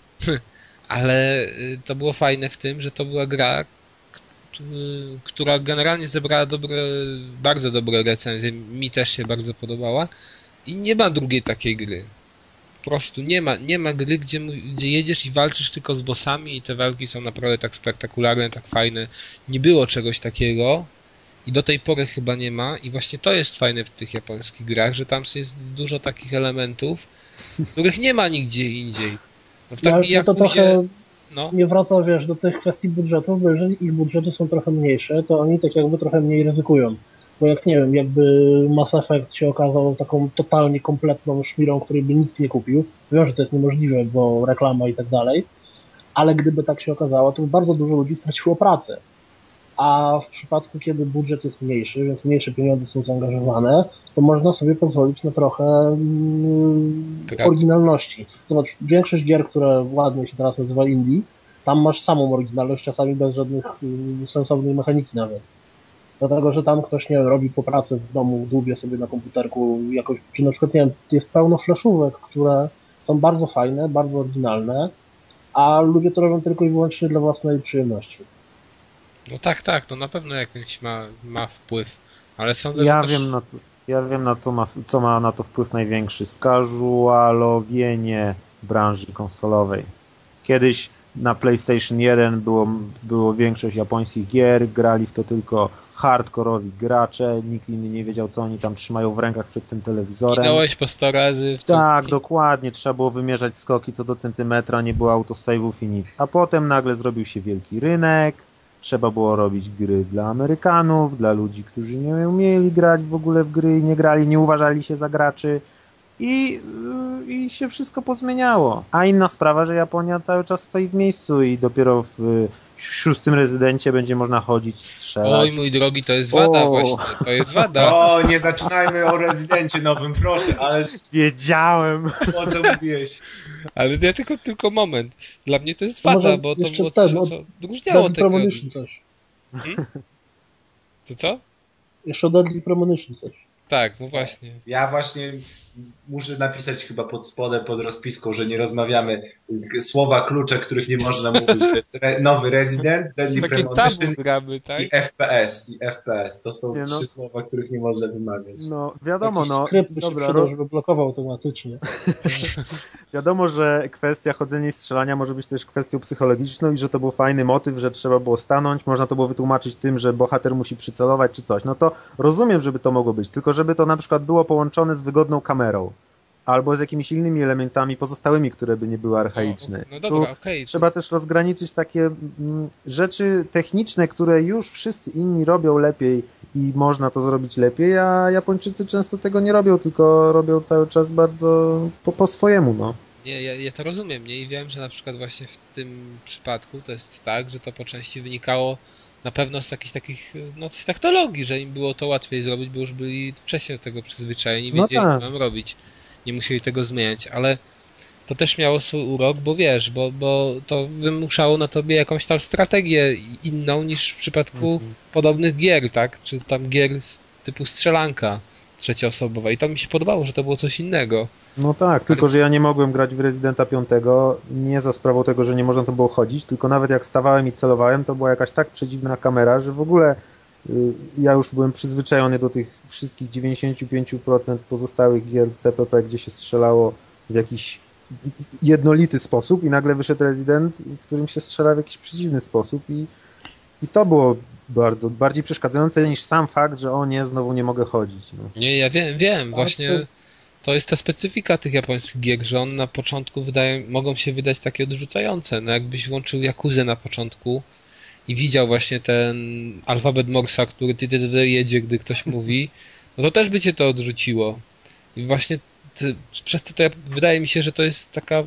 ale y, to było fajne w tym, że to była gra, k- która generalnie zebrała dobre, bardzo dobre recenzje. Mi też się bardzo podobała. I nie ma drugiej takiej gry. Po prostu nie ma, nie ma gry, gdzie, mu- gdzie jedziesz i walczysz tylko z bossami i te walki są naprawdę tak spektakularne, tak fajne. Nie było czegoś takiego i do tej pory chyba nie ma i właśnie to jest fajne w tych japońskich grach, że tam jest dużo takich elementów, których nie ma nigdzie indziej. No w No, ale takiej to Jakuzie, trochę no, nie wraca, wiesz, do tych kwestii budżetów, bo jeżeli ich budżety są trochę mniejsze, to oni tak jakby trochę mniej ryzykują. Bo jak nie wiem, jakby Mass Effect się okazał taką totalnie kompletną szmirą, której by nikt nie kupił. Wiem, że to jest niemożliwe, bo reklama i tak dalej, ale gdyby tak się okazało, to bardzo dużo ludzi straciło pracę. A w przypadku, kiedy budżet jest mniejszy, więc mniejsze pieniądze są zaangażowane, to można sobie pozwolić na trochę mm, Tak. oryginalności. Zobacz, większość gier, które ładnie się teraz nazywa indie, tam masz samą oryginalność, czasami bez żadnych mm, sensownej mechaniki nawet. Dlatego, że tam ktoś, nie wiem, robi po pracy w domu, dłubie sobie na komputerku jakoś, czy na przykład, nie wiem, jest pełno flashówek, które są bardzo fajne, bardzo oryginalne, a ludzie to robią tylko i wyłącznie dla własnej przyjemności. no tak, tak, no na pewno jakiś ma, ma wpływ, ale sądzę, Ja że też... wiem na to, ja wiem na co ma, co ma na to wpływ największy. Skażualowienie branży konsolowej. Kiedyś na PlayStation jeden było, było większość japońskich gier, grali w to tylko hardkorowi gracze, nikt inny nie wiedział, co oni tam trzymają w rękach przed tym telewizorem. Kinąłeś po sto razy w co... Tak, dokładnie, trzeba było wymierzać skoki co do centymetra, nie było autosave'ów i nic. A potem nagle zrobił się wielki rynek, trzeba było robić gry dla Amerykanów, dla ludzi, którzy nie umieli grać w ogóle w gry i nie grali, nie uważali się za graczy i, yy, i się wszystko pozmieniało. A inna sprawa, że Japonia cały czas stoi w miejscu i dopiero w yy, szóstym rezydencie będzie można chodzić, strzelać. Oj, mój drogi, to jest wada O. właśnie, to jest wada. O, nie zaczynajmy o rezydencie nowym, proszę, ale Wiedziałem! o co mówiłeś? Ale nie, tylko, tylko moment. Dla mnie to jest To może wada, bo to jeszcze było ten, coś, od- co odróżniało Deadly tego. Premonition coś. To co? Jeszcze o Deadly Premonition coś. Tak, no właśnie. Ja właśnie muszę napisać chyba pod spodem, pod rozpiską, że nie rozmawiamy słowa klucze, których nie można mówić. To jest re, nowy Resident, Deadly Takie Premonition tabu gramy, tak? i F P S. I F P S. To są Nie, no. trzy słowa, których nie można wymawiać. No, wiadomo, Jakiś no. skrypt by się Dobra, przydał, ro- żeby blokował automatycznie. Wiadomo, że kwestia chodzenia i strzelania może być też kwestią psychologiczną i że to był fajny motyw, że trzeba było stanąć, można to było wytłumaczyć tym, że bohater musi przycelować czy coś. No to rozumiem, żeby to mogło być, tylko żeby to na przykład było połączone z wygodną kamerą albo z jakimiś innymi elementami pozostałymi, które by nie były archaiczne. No, no dobra, Tu okej. trzeba też rozgraniczyć takie mm, rzeczy techniczne, które już wszyscy inni robią lepiej i można to zrobić lepiej, a Japończycy często tego nie robią, tylko robią cały czas bardzo po, po swojemu, no. Nie, ja, ja to rozumiem, nie? I wiem, że na przykład właśnie w tym przypadku to jest tak, że to po części wynikało na pewno z jakichś takich, no z technologii, że im było to łatwiej zrobić, bo już byli wcześniej do tego przyzwyczajeni, No wiedzieli, tak. co mam robić. Nie musieli tego zmieniać, ale to też miało swój urok, bo wiesz, bo, bo to wymuszało na tobie jakąś tam strategię inną niż w przypadku Mhm. podobnych gier, tak? Czy tam gier z typu strzelanka trzecioosobowa. I to mi się podobało, że to było coś innego. No tak, tylko że ja nie mogłem grać w Rezydenta piątego, nie za sprawą tego, że nie można to było chodzić, tylko nawet jak stawałem i celowałem, to była jakaś tak przedziwna kamera, że w ogóle ja już byłem przyzwyczajony do tych wszystkich dziewięćdziesiąt pięć procent pozostałych gier T P P, gdzie się strzelało w jakiś jednolity sposób i nagle wyszedł Resident, w którym się strzela w jakiś przeciwny sposób i, i to było bardzo, bardziej przeszkadzające niż sam fakt, że o nie, znowu nie mogę chodzić. No. Nie, ja wiem, wiem, właśnie to jest ta specyfika tych japońskich gier, że on na początku wydaje, mogą się wydać takie odrzucające. No jakbyś włączył Yakuzę na początku i widział właśnie ten alfabet Morsa, który ty, ty, ty, ty jedzie, gdy ktoś mówi, no to też by cię to odrzuciło. I właśnie ty, przez to, to ja, wydaje mi się, że to jest taka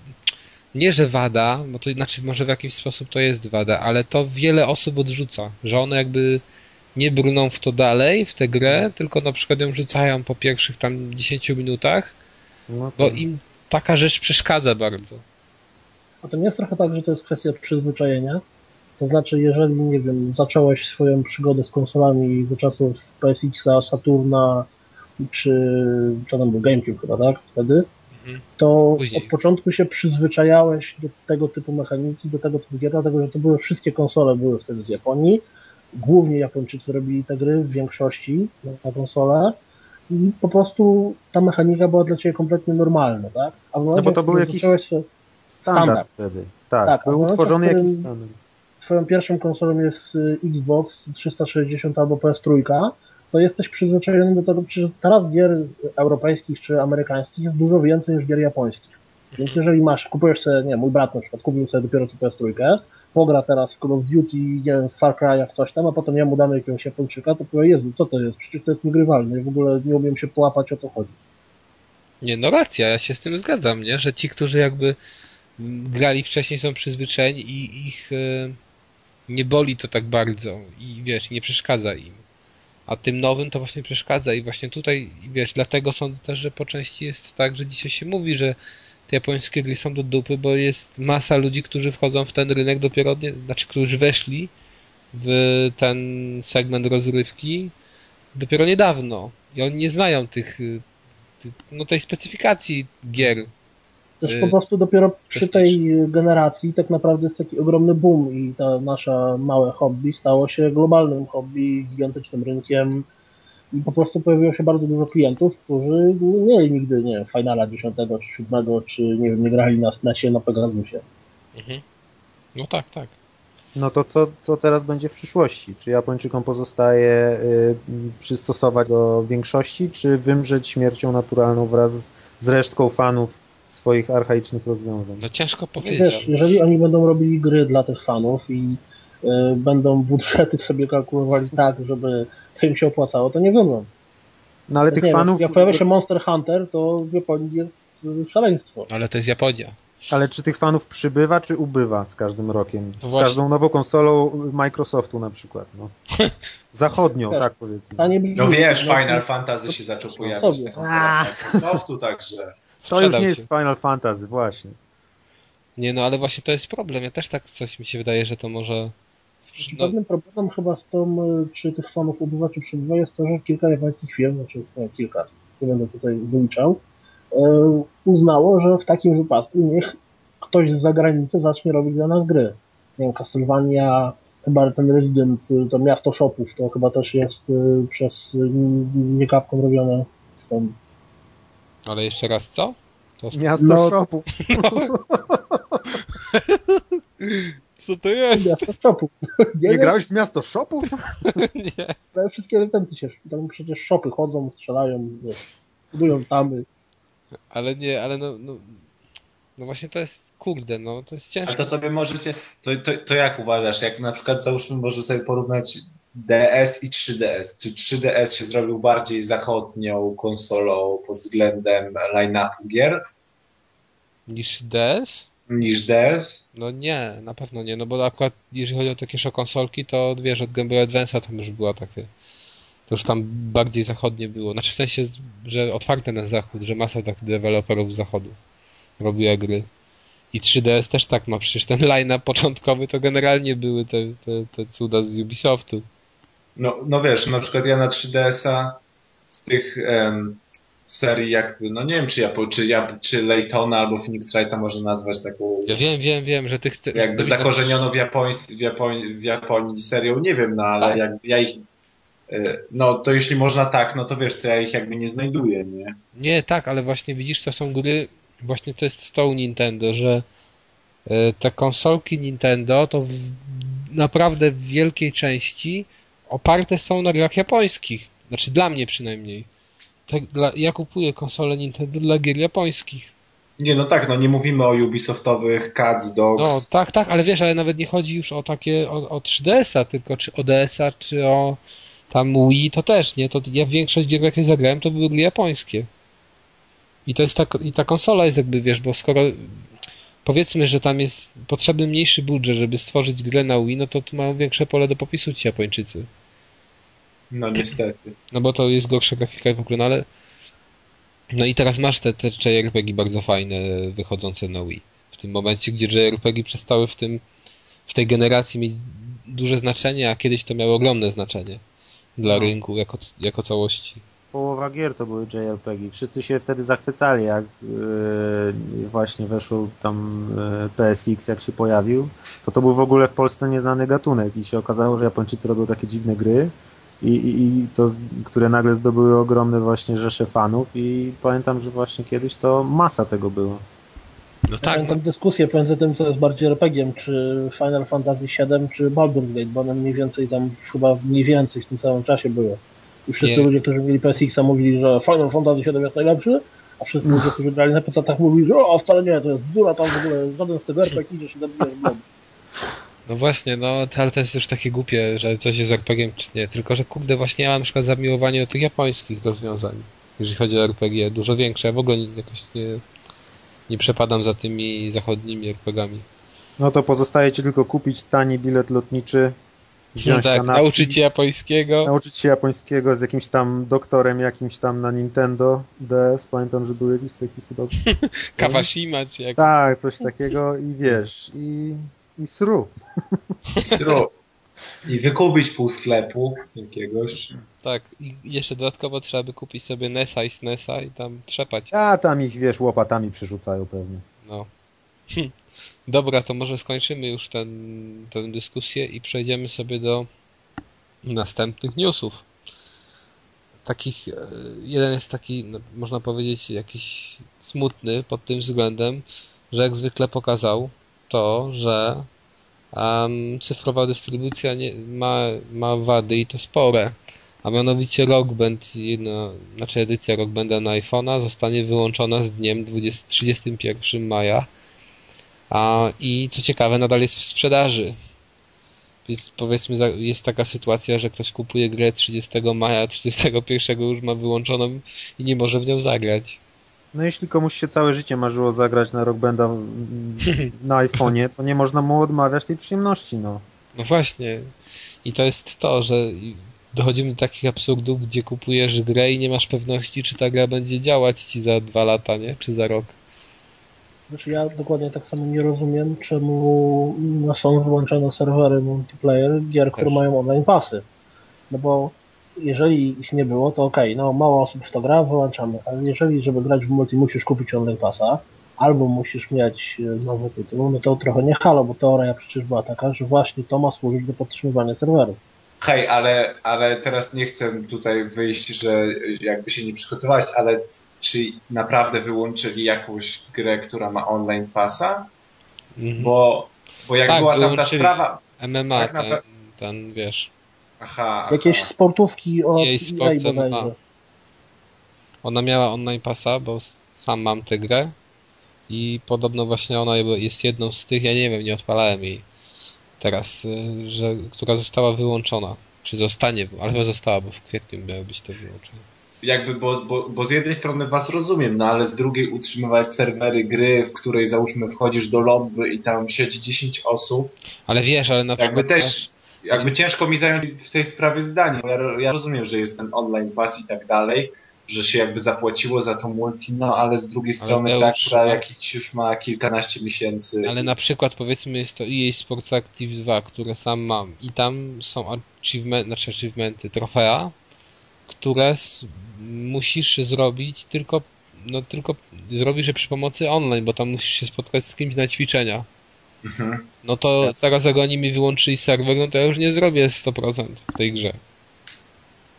nie, że wada, bo to znaczy może w jakiś sposób to jest wada, ale to wiele osób odrzuca, że one jakby nie brną w to dalej, w tę grę, tylko na przykład ją rzucają po pierwszych tam dziesięciu minutach, no bo im taka rzecz przeszkadza bardzo. A to nie jest trochę tak, że to jest kwestia przyzwyczajenia? To znaczy, jeżeli, nie wiem, zacząłeś swoją przygodę z konsolami za czasów P S X-a, Saturna, czy co tam był, GameCube chyba, tak? Wtedy, mhm. to Później. Od początku się przyzwyczajałeś do tego typu mechaniki, do tego typu gier, dlatego że to były wszystkie konsole były wtedy z Japonii. Głównie Japończycy robili te gry w większości na konsolę i po prostu ta mechanika była dla ciebie kompletnie normalna, tak? A w momencie, no bo to był jakiś się... standard, standard wtedy. Tak, tak był utworzony jakiś standard. Twoją pierwszą konsolą jest Xbox trzysta sześćdziesiąt albo P S trzy, to jesteś przyzwyczajony do tego, że teraz gier europejskich czy amerykańskich jest dużo więcej niż gier japońskich. Więc jeżeli masz, kupujesz sobie, nie, mój brat na przykład kupił sobie dopiero co P S trzy, pogra teraz w Call of Duty, nie wiem, w Far Cry'a, w coś tam, a potem ja mu damy jakiegoś Japończyka, to powie, Jezu, co to jest? Przecież to jest niegrywalne, ja w ogóle nie umiem się połapać, o co chodzi. Nie, no racja, ja się z tym zgadzam, nie? Że ci, którzy jakby grali wcześniej, są przyzwyczajeni i ich e, nie boli to tak bardzo i wiesz, nie przeszkadza im. A tym nowym to właśnie przeszkadza i właśnie tutaj, wiesz, dlatego sądzę też, że po części jest tak, że dzisiaj się mówi, że te japońskie gry są do dupy, bo jest masa ludzi, którzy wchodzą w ten rynek dopiero, nie, znaczy, którzy weszli w ten segment rozrywki dopiero niedawno i oni nie znają tych, tych no tej specyfikacji gier. Też po prostu dopiero przy tej generacji tak naprawdę jest taki ogromny boom i to nasze małe hobby stało się globalnym hobby, gigantycznym rynkiem i po prostu pojawiło się bardzo dużo klientów, którzy nie mieli nigdy, nie wiem, Finala dziesiątego czy siódmego, czy nie wiem, nie grali na SNESie, na Pegasusie. Mhm. No tak, tak. No to co, co teraz będzie w przyszłości? Czy Japończykom pozostaje y, przystosować do większości, czy wymrzeć śmiercią naturalną wraz z, z resztką fanów swoich archaicznych rozwiązań? No ciężko powiedzieć. Wiesz, jeżeli oni będą robili gry dla tych fanów i y, będą budżety sobie kalkulowali tak, żeby to im się opłacało, to nie wymrą. No ale tych nie, fanów... Jak pojawia się Monster Hunter, to w Japonii jest szaleństwo. Ale to jest Japonia. Ale czy tych fanów przybywa, czy ubywa z każdym rokiem? No z właśnie. każdą nową konsolą Microsoftu na przykład. No. Zachodnią, wiesz, tak powiedzmy. No wiesz, Final Fantasy się zaczął pojawiać na konsolach Microsoftu, także... To już nie jest Final Fantasy, właśnie. Nie, no ale właśnie to jest problem. Ja też tak coś mi się wydaje, że to może... No. Pewnym problemem chyba z tą, czy tych fanów ubywa, czy przybywa, jest to, że kilka japońskich firm, znaczy nie, kilka, nie będę tutaj wyliczał, e, uznało, że w takim wypadku niech ktoś z zagranicy zacznie robić dla nas gry. Nie wiem, Castlevania, chyba ten Resident, to miasto shopów, to chyba też jest e, przez nie Capcom robione. Tam. Ale jeszcze raz co? To... Miasto no... shopów. No. Co to jest? Miasto shopów. Nie, nie grałeś w miasto shopów? Nie. Ale wszystkie recenty się, tam przecież shopy chodzą, strzelają, wiesz, budują tamy. Ale nie, ale no, no, no właśnie to jest, kurde, no to jest ciężko. A to sobie możecie, to, to, to jak uważasz, jak na przykład załóżmy, może sobie porównać D S i trzy D S. Czy trzy D S się zrobił bardziej zachodnią konsolą pod względem line-upu gier? Niż D S? Niż D S? No nie, na pewno nie, no bo akurat jeżeli chodzi o takie konsolki, to wiesz, od Game Boy Advance'a tam już była takie, to już tam bardziej zachodnie było, znaczy w sensie, że otwarte na zachód, że masa takich deweloperów z zachodu robiła gry. I trzy D S też tak ma, przecież ten line-up początkowy to generalnie były te, te, te cuda z Ubisoftu. No, no wiesz, na przykład ja na trzy D S-a z tych um, serii jakby, no nie wiem czy ja, czy, ja, czy Laytona albo Phoenix Wrighta można nazwać taką... Ja wiem, wiem, wiem, że tych... Jakby zakorzeniono w Japonii, w, Japonii, w Japonii serią, nie wiem, no ale tak. jak, ja ich No to jeśli można tak, no to wiesz, to ja ich jakby nie znajduję, nie? Nie, tak, ale właśnie widzisz, to są gry, właśnie to jest z tą Nintendo, że y, te konsolki Nintendo to w, naprawdę w wielkiej części oparte są na grach japońskich. Znaczy dla mnie przynajmniej. Tak, dla, ja kupuję konsolę Nintendo dla gier japońskich. Nie, no tak, no nie mówimy o Ubisoftowych Cats, Dogs. No tak, tak, ale wiesz, ale nawet nie chodzi już o takie, o, o trzy D S a, tylko czy o D S a, czy o tam Wii, to też, nie? To ja większość gier, jakie zagrałem, to były gry japońskie. I to jest ta, i ta konsola jest jakby, wiesz, bo skoro powiedzmy, że tam jest potrzebny mniejszy budżet, żeby stworzyć grę na Wii, no to tu mają większe pole do popisu ci Japończycy. No niestety. No bo to jest gorsza grafika w ogóle, no ale no i teraz masz te, te J R P G bardzo fajne wychodzące na Wii. W tym momencie, gdzie J R P G przestały w tym w tej generacji mieć duże znaczenie, a kiedyś to miało ogromne znaczenie dla no. rynku jako, jako całości. Połowa gier to były J R P G. Wszyscy się wtedy zachwycali, jak yy, właśnie weszł tam yy, P S X, jak się pojawił. To to był w ogóle w Polsce nieznany gatunek i się okazało, że Japończycy robią takie dziwne gry i, i, i to, które nagle zdobyły ogromne właśnie rzesze fanów i pamiętam, że właśnie kiedyś to masa tego było. No tak. Pamiętam no. dyskusję pomiędzy tym, co jest bardziej er pe gie em, czy Final Fantasy siedem, czy Baldur's Gate, bo one mniej więcej tam chyba mniej więcej w tym samym czasie były. I wszyscy nie. ludzie, którzy mieli P S X a mówili, że Final Fantasy siedem jest najlepszy, a wszyscy no. ludzie, którzy grali na pecetach mówili, że o, wcale nie, to jest bzdura, tam w ogóle żaden z tego er pe gie idzie się zabijać w blob. No właśnie, no ale to jest już takie głupie, że coś jest er pe gie em czy nie, tylko że kurde właśnie ja mam na przykład zamiłowanie do tych japońskich rozwiązań, jeżeli chodzi o er pe gie, dużo większe, ja w ogóle jakoś nie, nie przepadam za tymi zachodnimi er pe gie ami. No to pozostaje ci tylko kupić tani bilet lotniczy, wziąć no tak, kanapki, nauczyć się japońskiego. Nauczyć się japońskiego z jakimś tam doktorem jakimś tam na Nintendo D S, pamiętam, że był jakiś taki chyba... Kawashima czy jak... Tak, coś takiego i wiesz, i, i sru. Sru. I wykupić pół sklepu jakiegoś. Tak, i jeszcze dodatkowo trzeba by kupić sobie nesa i snesa i tam trzepać. A tam ich, wiesz, łopatami przerzucają pewnie. No. Hm. Dobra, to może skończymy już ten, tę dyskusję i przejdziemy sobie do następnych newsów. Takich, jeden jest taki, no, można powiedzieć, jakiś smutny pod tym względem, że jak zwykle pokazał to, że um, cyfrowa dystrybucja nie, ma, ma wady i to spore. A mianowicie Rock Band, jedna, znaczy edycja Rock Banda na iPhone'a zostanie wyłączona z dniem trzydziestego pierwszego maja. A, i co ciekawe, nadal jest w sprzedaży. Więc powiedzmy, jest taka sytuacja, że ktoś kupuje grę trzydziestego maja, trzydziestego pierwszego już ma wyłączoną i nie może w nią zagrać. No jeśli komuś się całe życie marzyło zagrać na Rock Banda na iPhone'ie, to nie można mu odmawiać tej przyjemności, no. No właśnie. I to jest to, że dochodzimy do takich absurdów, gdzie kupujesz grę i nie masz pewności, czy ta gra będzie działać ci za dwa lata, nie? Czy za rok. Znaczy ja dokładnie tak samo nie rozumiem, czemu są wyłączone serwery multiplayer gier, które mają online pasy. No bo jeżeli ich nie było, to okej, okay, no mało osób w to gra, wyłączamy. Ale jeżeli, żeby grać w multi, musisz kupić online pasa, albo musisz mieć nowy tytuł, no to trochę nie halo, bo teoria przecież była taka, że właśnie to ma służyć do podtrzymywania serwerów. Hej, ale, ale teraz nie chcę tutaj wyjść, że jakby się nie przygotowałeś, ale czy naprawdę wyłączyli jakąś grę, która ma online pasa? Mhm. Bo, bo jak tak, była tam ta sprawa... M M A, tak ten, napra- ten wiesz... Aha, Jakieś aha. sportówki od Jej E A bodajże. Ona miała online pasa, bo sam mam tę grę i podobno właśnie ona jest jedną z tych, ja nie wiem, nie odpalałem jej teraz, że, która została wyłączona. Czy zostanie, ale chyba została, bo w kwietniu miało być to wyłączone. Jakby, bo, bo, bo z jednej strony was rozumiem, no ale z drugiej utrzymywać serwery gry, w której załóżmy wchodzisz do lobby i tam siedzi dziesięć osób. Ale wiesz, ale na przykład... Jakby też, jakby ciężko mi zająć w tej sprawie zdanie. Ja, ja rozumiem, że jest ten online pass i tak dalej, że się jakby zapłaciło za to multi, no ale z drugiej strony gra, która jakiś już ma kilkanaście miesięcy. Ale na przykład powiedzmy jest to E A Sports Active dwa, które sam mam i tam są achievement, znaczy achievementy, trofea, które musisz zrobić tylko, no tylko zrobisz je przy pomocy online, bo tam musisz się spotkać z kimś na ćwiczenia. Mhm. No to teraz jak oni mi wyłączyli serwer, no to ja już nie zrobię sto procent w tej grze.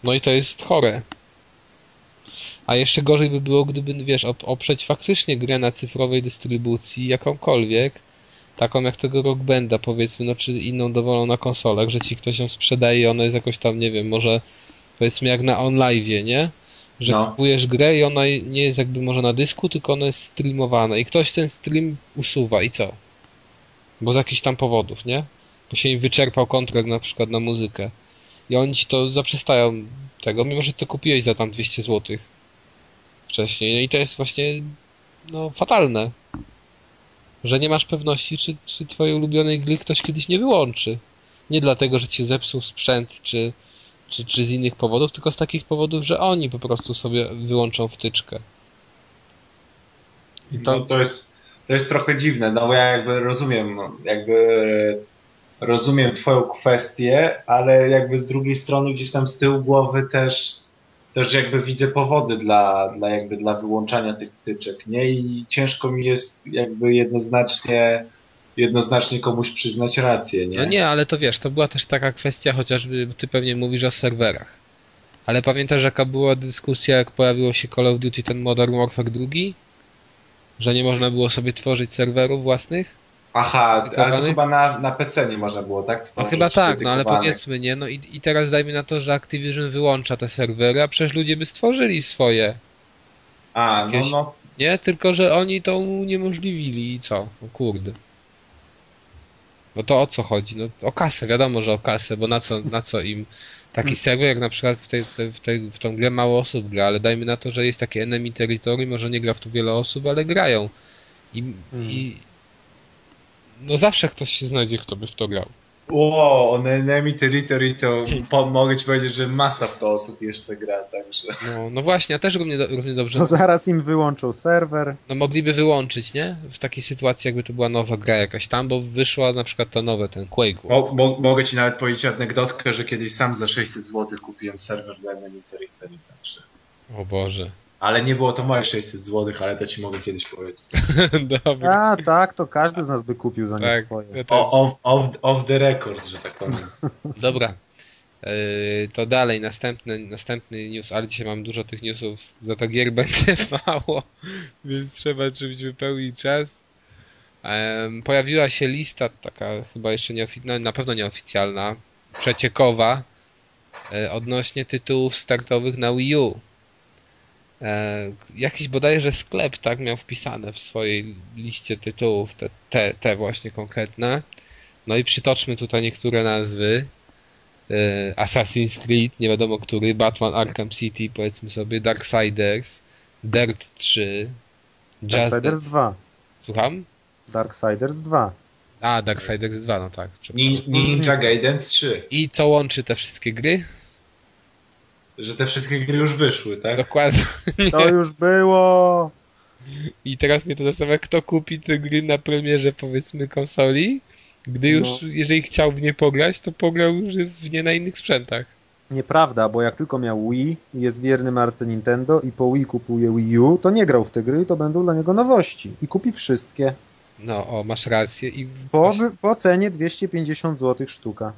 No i to jest chore. A jeszcze gorzej by było, gdyby, wiesz, oprzeć faktycznie grę na cyfrowej dystrybucji, jakąkolwiek, taką jak tego Rock Banda, powiedzmy, no czy inną dowolną na konsolach, że ci ktoś ją sprzedaje i ona jest jakoś tam, nie wiem, może powiedzmy jak na OnLive'ie, nie? Że no. kupujesz grę i ona nie jest jakby może na dysku, tylko ona jest streamowana i ktoś ten stream usuwa i co? Bo z jakichś tam powodów, nie? Bo się im wyczerpał kontrakt na przykład na muzykę. I oni ci to zaprzestają tego, mimo że to kupiłeś za tam dwieście złotych wcześniej. No i to jest właśnie no fatalne. Że nie masz pewności, czy, czy twojej ulubionej gry ktoś kiedyś nie wyłączy. Nie dlatego, że ci zepsuł sprzęt, czy, czy, czy z innych powodów, tylko z takich powodów, że oni po prostu sobie wyłączą wtyczkę. I to... No to jest, to jest trochę dziwne, no bo ja jakby rozumiem, jakby rozumiem twoją kwestię, ale jakby z drugiej strony gdzieś tam z tyłu głowy też też jakby widzę powody dla, dla jakby dla wyłączania tych wtyczek, nie? I ciężko mi jest jakby jednoznacznie jednoznacznie komuś przyznać rację, nie? No nie, ale to wiesz, to była też taka kwestia, chociażby ty pewnie mówisz o serwerach. Ale pamiętasz, jaka była dyskusja, jak pojawiło się Call of Duty ten Modern Warfare dwa? Że nie można było sobie tworzyć serwerów własnych? Aha, ale to chyba na, na P C nie można było, tak? No chyba tak, no ale powiedzmy, nie? No i, i teraz dajmy na to, że Activision wyłącza te serwery, a przecież ludzie by stworzyli swoje. A, jakieś, no no. Nie, tylko że oni to uniemożliwili i co? No kurde. No to o co chodzi? No o kasę, wiadomo, że o kasę, bo na co, na co im taki serwer, jak na przykład w, tej, w, tej, w tą grę mało osób gra, ale dajmy na to, że jest takie enemy territory, może nie gra w to wiele osób, ale grają. I, hmm. i no zawsze ktoś się znajdzie, kto by w to grał. Ło, na Enemy Territory to po, mogę ci powiedzieć, że masa w to osób jeszcze gra, także... No, no właśnie, ja też równie, do, równie dobrze... To zaraz im wyłączą serwer. No mogliby wyłączyć, nie? W takiej sytuacji, jakby to była nowa gra jakaś tam, bo wyszła na przykład to nowe, ten Quake. Mo, mo, mogę ci nawet powiedzieć anegdotkę, że kiedyś sam za sześćset złotych kupiłem serwer dla Enemy Territory, także... O Boże. Ale nie było to moje sześćset złotych, ale to ci mogę kiedyś powiedzieć. Dobra. A tak, to każdy z nas by kupił za nie tak, swoje. Ja o, off, off, off the record, że tak powiem. Dobra. Yy, to dalej, następny, następny news, ale dzisiaj mam dużo tych newsów, za to gier będzie mało, więc trzeba, żebyś wypełnił czas. Yy, pojawiła się lista, taka chyba jeszcze nieoficjalna, na pewno nieoficjalna, przeciekowa, yy, odnośnie tytułów startowych na Wii U. E, jakiś bodajże sklep tak miał wpisane w swojej liście tytułów te, te, te właśnie konkretne. No i przytoczmy tutaj niektóre nazwy. e, Assassin's Creed, nie wiadomo który, Batman Arkham City, powiedzmy sobie, Darksiders, Dirt trzy, Just Darksiders Dance. dwa. Słucham? Darksiders dwa. A, Darksiders dwa, no tak. Nin, Ninja Gaiden trzy. I co łączy te wszystkie gry? Że te wszystkie gry już wyszły, tak? Dokładnie. To już było. I teraz mnie to zastanawia, kto kupi te gry na premierze, powiedzmy, konsoli, gdy już, no. jeżeli chciał w nie pograć, to pograł już w nie na innych sprzętach. Nieprawda, bo jak tylko miał Wii i jest wierny marce Nintendo i po Wii kupuje Wii U, to nie grał w te gry i to będą dla niego nowości. I kupi wszystkie. No, o, masz rację. I po, po cenie dwieście pięćdziesiąt złotych sztuka.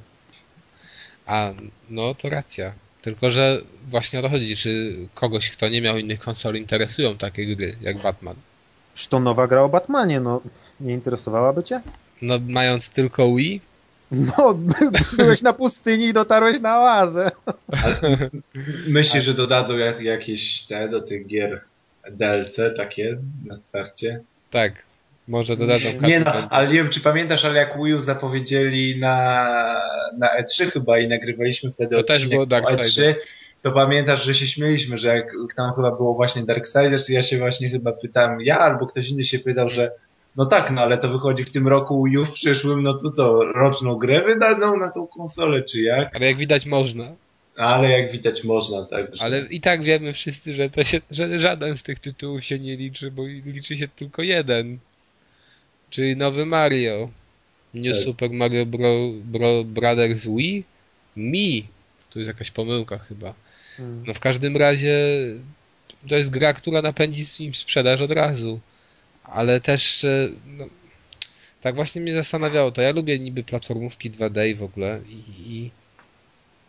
A, no to racja. Tylko, że właśnie o to chodzi, czy kogoś, kto nie miał innych konsol, interesują takie gry jak Batman. To nowa gra o Batmanie, no nie interesowałaby cię? No mając tylko Wii? No, byłeś na pustyni i dotarłeś na oazę. Ale myślisz, że dodadzą jak, jakieś te do tych gier D L C takie na starcie? Tak, może dodadzą. Nie no, ale nie wiem, czy pamiętasz, ale jak Wii U zapowiedzieli na, na E trzy chyba i nagrywaliśmy wtedy to też było o E trzy, to pamiętasz, że się śmieliśmy, że jak tam chyba było właśnie Darksiders i ja się właśnie chyba pytałem, ja albo ktoś inny się pytał, że no tak, no ale to wychodzi w tym roku Wii U, w przyszłym, no to co, roczną grę wydadzą na tą konsolę, czy jak? Ale jak widać można. Ale jak widać można, tak. Że... Ale i tak wiemy wszyscy, że to się, że żaden z tych tytułów się nie liczy, bo liczy się tylko jeden. Czyli nowy Mario. New tak. Super Mario Bro, Bro, Brothers Wii? Mi. Tu jest jakaś pomyłka chyba. Hmm. No w każdym razie to jest gra, która napędzi im sprzedaż od razu. Ale też no, tak właśnie mnie zastanawiało to. Ja lubię niby platformówki dwa D w ogóle i, i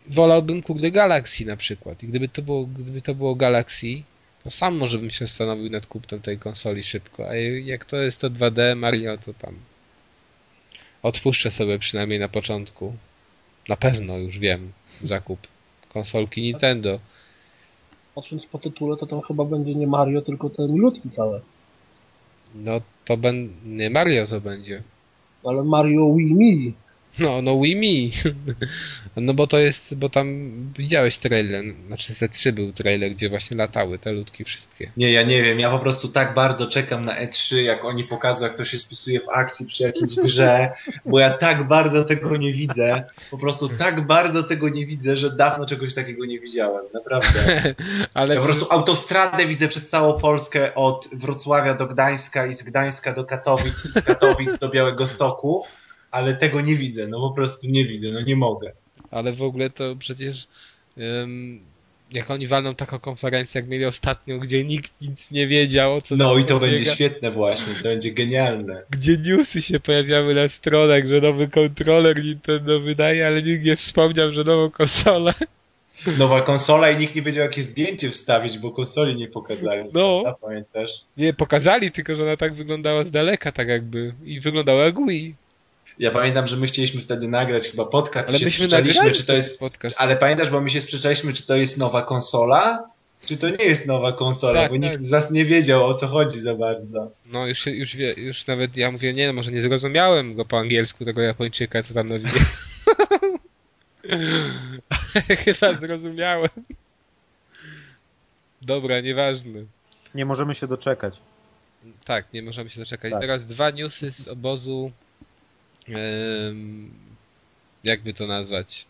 wolałbym kurde Galaxy na przykład. I gdyby to było, gdyby to było Galaxy, to sam może bym się zastanowił nad kupnem tej konsoli szybko. A jak to jest to dwa D Mario, to tam odpuszczę sobie przynajmniej na początku. Na pewno już wiem zakup konsolki Nintendo. Patrząc po tytule, to tam chyba będzie nie Mario, tylko te milutki całe. No to ben... nie Mario to będzie. Ale Mario Wii Mi. No, no Wii Mi. No bo to jest, bo tam widziałeś trailer, znaczy Z trzy był trailer, gdzie właśnie latały te ludki wszystkie. Nie, ja nie wiem, ja po prostu tak bardzo czekam na E trzy, jak oni pokazują, jak to się spisuje w akcji przy jakiejś grze, bo ja tak bardzo tego nie widzę, po prostu tak bardzo tego nie widzę, że dawno czegoś takiego nie widziałem, naprawdę. Ale ja po prostu autostradę widzę przez całą Polskę od Wrocławia do Gdańska i z Gdańska do Katowic i z Katowic do Białegostoku, ale tego nie widzę, no po prostu nie widzę, no nie mogę. Ale w ogóle to przecież um, jak oni walną taką konferencję, jak mieli ostatnio, gdzie nikt nic nie wiedział, o co No tam i to pobiega, będzie świetne właśnie, to będzie genialne. gdzie newsy się pojawiały na stronach, że nowy kontroler Nintendo wydaje, ale nikt nie wspomniał, że nową konsolę. Nowa konsola i nikt nie wiedział, jakie zdjęcie wstawić, bo konsoli nie pokazali. No. A, pamiętasz? Nie, pokazali, tylko że ona tak wyglądała z daleka, tak jakby. I wyglądała jak Wii. Ja pamiętam, że my chcieliśmy wtedy nagrać chyba podcast Ale i się myśmy sprzeczaliśmy, nagrali czy to jest... podcast. Ale pamiętasz, bo my się sprzeczaliśmy, czy to jest nowa konsola, czy to nie jest nowa konsola, Tak, bo tak. nikt z nas nie wiedział, o co chodzi za bardzo. No już, się- już, wie, już nawet ja mówię, nie, no może nie zrozumiałem go po angielsku, tego Japończyka, co tam na wideo. Chyba zrozumiałem. Dobra, nieważne. Nie możemy się doczekać. Tak, nie możemy się doczekać. Tak. Teraz dwa newsy z obozu, em, jakby to nazwać?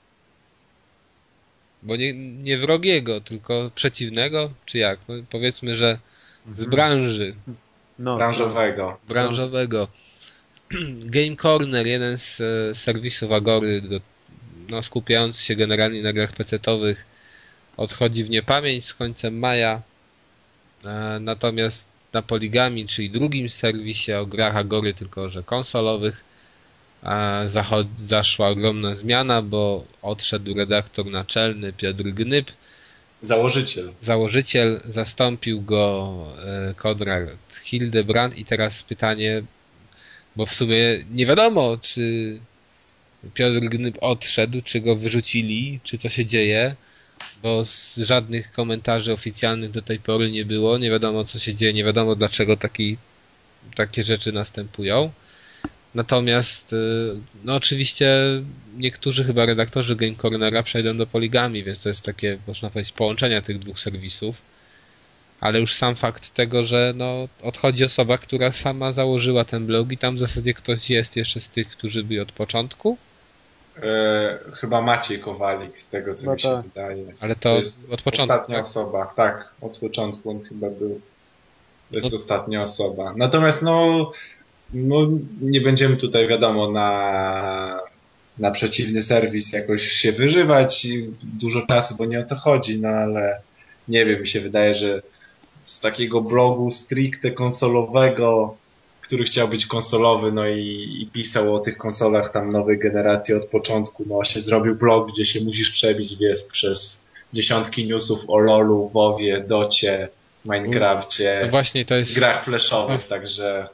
Bo nie, nie wrogiego, tylko przeciwnego, czy jak? No, powiedzmy, że z branży No, Branżowego. branżowego. Game Corner, jeden z e, serwisów Agory, do, no, skupiający się generalnie na grach pecetowych, odchodzi w niepamięć z końcem maja. E, natomiast na Poligami, czyli drugim serwisie o grach Agory, tylko że konsolowych, e, zachod- zaszła ogromna zmiana, bo odszedł redaktor naczelny Piotr Gnyb. Założyciel. Założyciel, zastąpił go e, Konrad Hildebrand i teraz pytanie, bo w sumie nie wiadomo, czy Piotr Gnyb odszedł, czy go wyrzucili, czy co się dzieje, bo z żadnych komentarzy oficjalnych do tej pory nie było, nie wiadomo co się dzieje, nie wiadomo dlaczego taki, takie rzeczy następują. Natomiast, y, no oczywiście niektórzy chyba redaktorzy Game Cornera przejdą do Poligami, więc to jest takie, można powiedzieć, połączenia tych dwóch serwisów. Ale już sam fakt tego, że no, odchodzi osoba, która sama założyła ten blog i tam w zasadzie ktoś jest jeszcze z tych, którzy byli od początku. E, chyba Maciej Kowalik, z tego co No mi się tak. wydaje. Ale to, To jest od początku. ostatnia Tak? osoba. Tak, od początku on chyba był. To jest No- ostatnia osoba. Natomiast no, no nie będziemy tutaj wiadomo na, na przeciwny serwis jakoś się wyżywać i dużo czasu, bo nie o to chodzi, no ale nie wiem, mi się wydaje, że z takiego blogu stricte konsolowego, który chciał być konsolowy, no i, i pisał o tych konsolach tam nowej generacji od początku, no się zrobił blog, gdzie się musisz przebić, wiesz, przez dziesiątki newsów o LoLu, WoWie, Docie, Minecrafcie, No właśnie, to jest... grach flashowych, także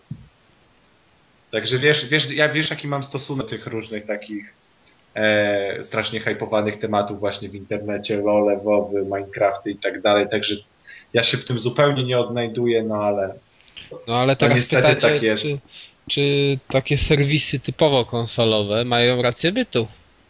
także wiesz, wiesz, ja wiesz jaki mam stosunek do tych różnych takich e, strasznie hypowanych tematów właśnie w internecie, LoLe, WoWy, Minecrafty i tak dalej, także ja się w tym zupełnie nie odnajduję, no ale No ale teraz niestety pytanie, tak jest. Czy, czy takie serwisy typowo konsolowe mają rację bytu?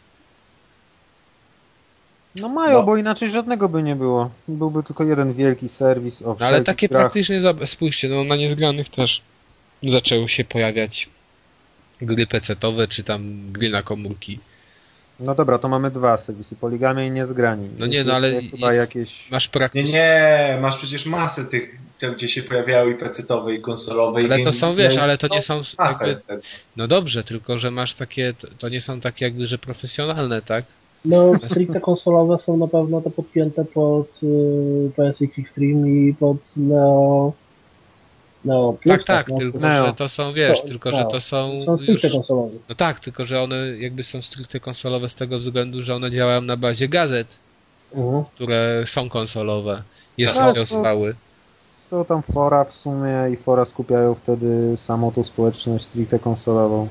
No mają, No. bo inaczej żadnego by nie było. Byłby tylko jeden wielki serwis o No ale wszelkich takie grach. praktycznie, za- spójrzcie, no na niezgranych też zaczęły się pojawiać gry pecetowe, czy tam gry na komórki. No dobra, to mamy dwa serwisy, Poligami i Niezgrani. No Jest nie, no ale jeszcze chyba jest- jakieś... Masz nie, praktycznie... nie, masz przecież masę tych, te, gdzie się pojawiały i pecetowe i konsolowe. Ale i to games- są, wiesz, no, ale to no, nie są masa jakby... jest tego. No dobrze, tylko że masz takie, to- to nie są takie jakby, że profesjonalne, tak? No, stricte konsolowe są na pewno te podpięte pod y, P S X Extreme i pod Neo No, plus Tak, tak, no, tylko no. że to są, wiesz, To- tylko no, że to są Są już... stricte konsolowe. No tak, tylko że one jakby są stricte konsolowe z tego względu, że one działają na bazie gazet, Mhm. które są konsolowe. Jeszcze Tak, się są- stały. Są tam fora w sumie i fora skupiają wtedy samą tą społeczność stricte konsolową.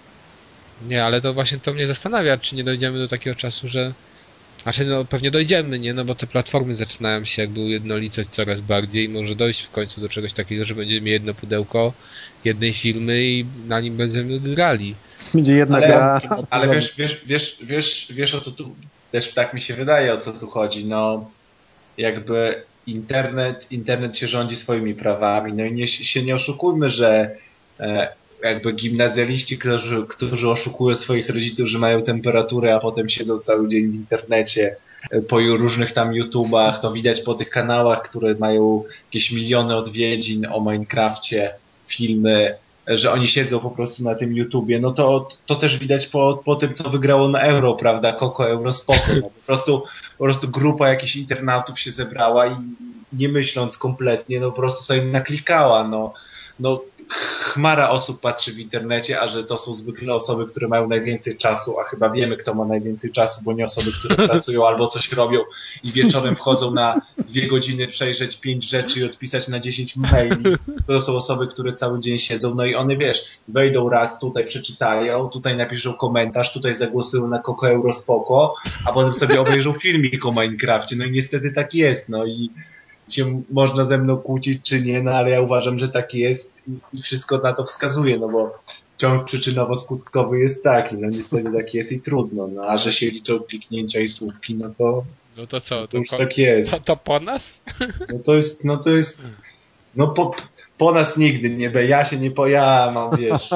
Nie, ale to właśnie to mnie zastanawia, czy nie dojdziemy do takiego czasu, że... Znaczy, no pewnie dojdziemy, nie? No bo te platformy zaczynają się jakby ujednolicać coraz bardziej i może dojść w końcu do czegoś takiego, że będziemy jedno pudełko jednej firmy i na nim będziemy grali. Będzie jedna Ale- gra. Ale wiesz, wiesz, wiesz, wiesz, wiesz o co tu, też tak mi się wydaje, o co tu chodzi, no jakby internet, internet się rządzi swoimi prawami, no i nie, się nie oszukujmy, że e, jakby gimnazjaliści, którzy, którzy oszukują swoich rodziców, że mają temperaturę, a potem siedzą cały dzień w internecie, e, po ju- różnych tam YouTubach, to widać po tych kanałach, które mają jakieś miliony odwiedzin o Minecrafcie, filmy, że oni siedzą po prostu na tym YouTubie, no to, to też widać po, po tym, co wygrało na Euro, prawda, Koko, Euro, spoko. No, po, prostu, po prostu grupa jakichś internautów się zebrała i nie myśląc kompletnie, no po prostu sobie naklikała, no, no chmara osób patrzy w internecie, a że to są zwykle osoby, które mają najwięcej czasu, a chyba wiemy, kto ma najwięcej czasu, bo nie osoby, które pracują albo coś robią i wieczorem wchodzą na dwie godziny przejrzeć pięć rzeczy i odpisać na dziesięć maili. To są osoby, które cały dzień siedzą, no i one, wiesz, wejdą raz, tutaj przeczytają, tutaj napiszą komentarz, tutaj zagłosują na Koko Euro spoko, a potem sobie obejrzą filmik o Minecrafcie. No i niestety tak jest, no i się można ze mną kłócić czy nie, no ale ja uważam, że tak jest i wszystko na to wskazuje, no bo ciąg przyczynowo-skutkowy jest taki, no niestety tak jest i trudno, no a że się liczą kliknięcia i słupki, no to, No to co? to To, już ko- tak jest. to, to po nas? No to jest, no to jest, no po, po nas nigdy nie be, ja się nie po, ja mam, wiesz,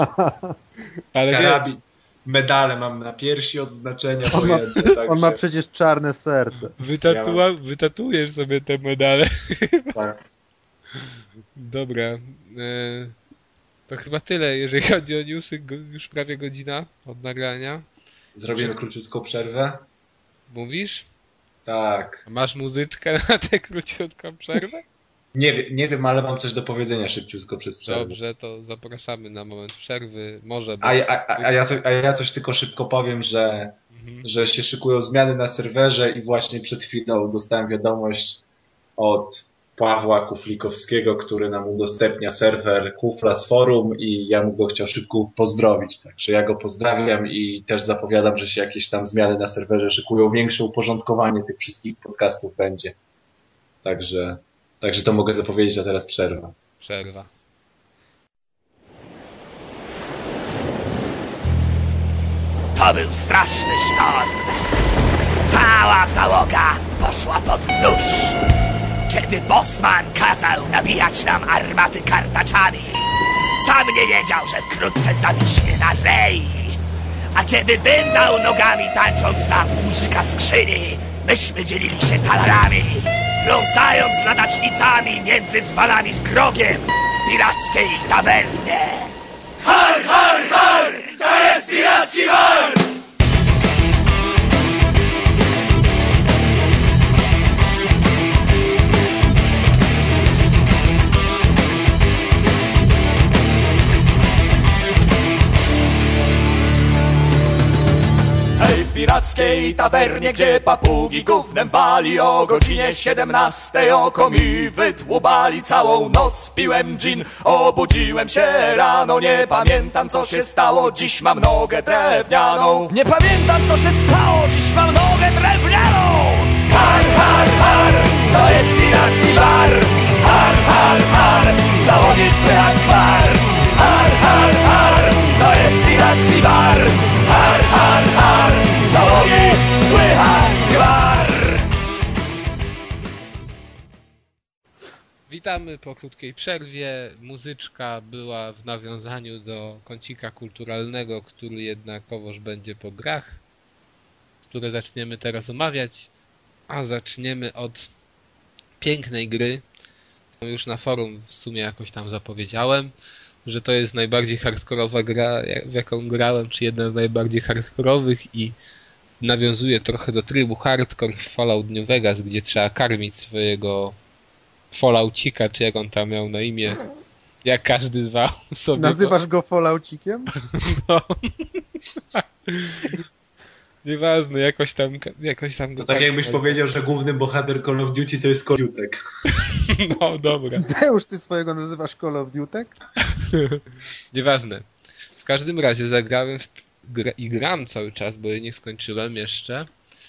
Ale wie, karabin, medale mam na piersi, odznaczenia On ma, wojenne, także, on ma przecież czarne serce. wytatua, wytatuujesz sobie te medale. tak. Dobra. E, to chyba tyle, jeżeli chodzi o newsy. Go- Już prawie godzina od nagrania. Zrobimy króciutką przerwę? Mówisz? Tak. A masz muzyczkę na tę króciutką przerwę? Nie, wie- nie wiem, ale mam coś do powiedzenia szybciutko przed przerwą. Dobrze, to zapraszamy na moment przerwy. Może. Bo... A, ja- a, a, ja, co- a ja coś tylko szybko powiem, że, Mhm. że się szykują zmiany na serwerze i właśnie przed chwilą dostałem wiadomość od Pawła Kuflikowskiego, który nam udostępnia serwer Kufla z forum i ja mu go chciał szybko pozdrowić. Także ja go pozdrawiam i też zapowiadam, że się jakieś tam zmiany na serwerze szykują, większe uporządkowanie tych wszystkich podcastów będzie. Także, także to mogę zapowiedzieć, a teraz przerwa. Przerwa. To był straszny sztorm. Cała załoga poszła pod nóż. Kiedy Bosman kazał nabijać nam armaty kartaczami, sam nie wiedział, że wkrótce zawiśnie na lei. A kiedy dym dał nogami, tańcząc nam muzyka skrzyni, myśmy dzielili się talarami, pląsając ladacznicami między dzbanami z grogiem w pirackiej tawernie. Har, har, har! To jest piracki bar! Hej, w pirackiej tawernie, gdzie papugi gównem wali, o godzinie siedemnastej oko mi wydłubali. Całą noc piłem gin, obudziłem się rano, nie pamiętam co się stało, dziś mam nogę drewnianą. Nie pamiętam co się stało, dziś mam nogę drewnianą. Har, har, har, to jest piracki bar. Har, har, har, w załogie słychać gwar. Har, har, har, to jest piracki bar. Har, har, har, w załogie słychać gwar. Witamy po krótkiej przerwie. Muzyczka była w nawiązaniu do kącika kulturalnego, który jednakowoż będzie po grach, które zaczniemy teraz omawiać. A zaczniemy od pięknej gry. Już na forum w sumie jakoś tam zapowiedziałem, że to jest najbardziej hardkorowa gra, w jaką grałem, czy jedna z najbardziej hardkorowych i nawiązuje trochę do trybu hardcore w Fallout New Vegas, gdzie trzeba karmić swojego Falloucika, czy jak on tam miał na imię, Jak każdy zwał sobie. Nazywasz go Falloucikiem? No. Nieważne, jakoś tam, jakoś tam... To tak jakbyś powiedział, że główny bohater Call of Duty to jest Call of Duty. No, dobra. Deusz, ty swojego nazywasz Call of Duty? Nieważne. W każdym razie zagrałem w grę i gram cały czas, bo jej nie skończyłem jeszcze.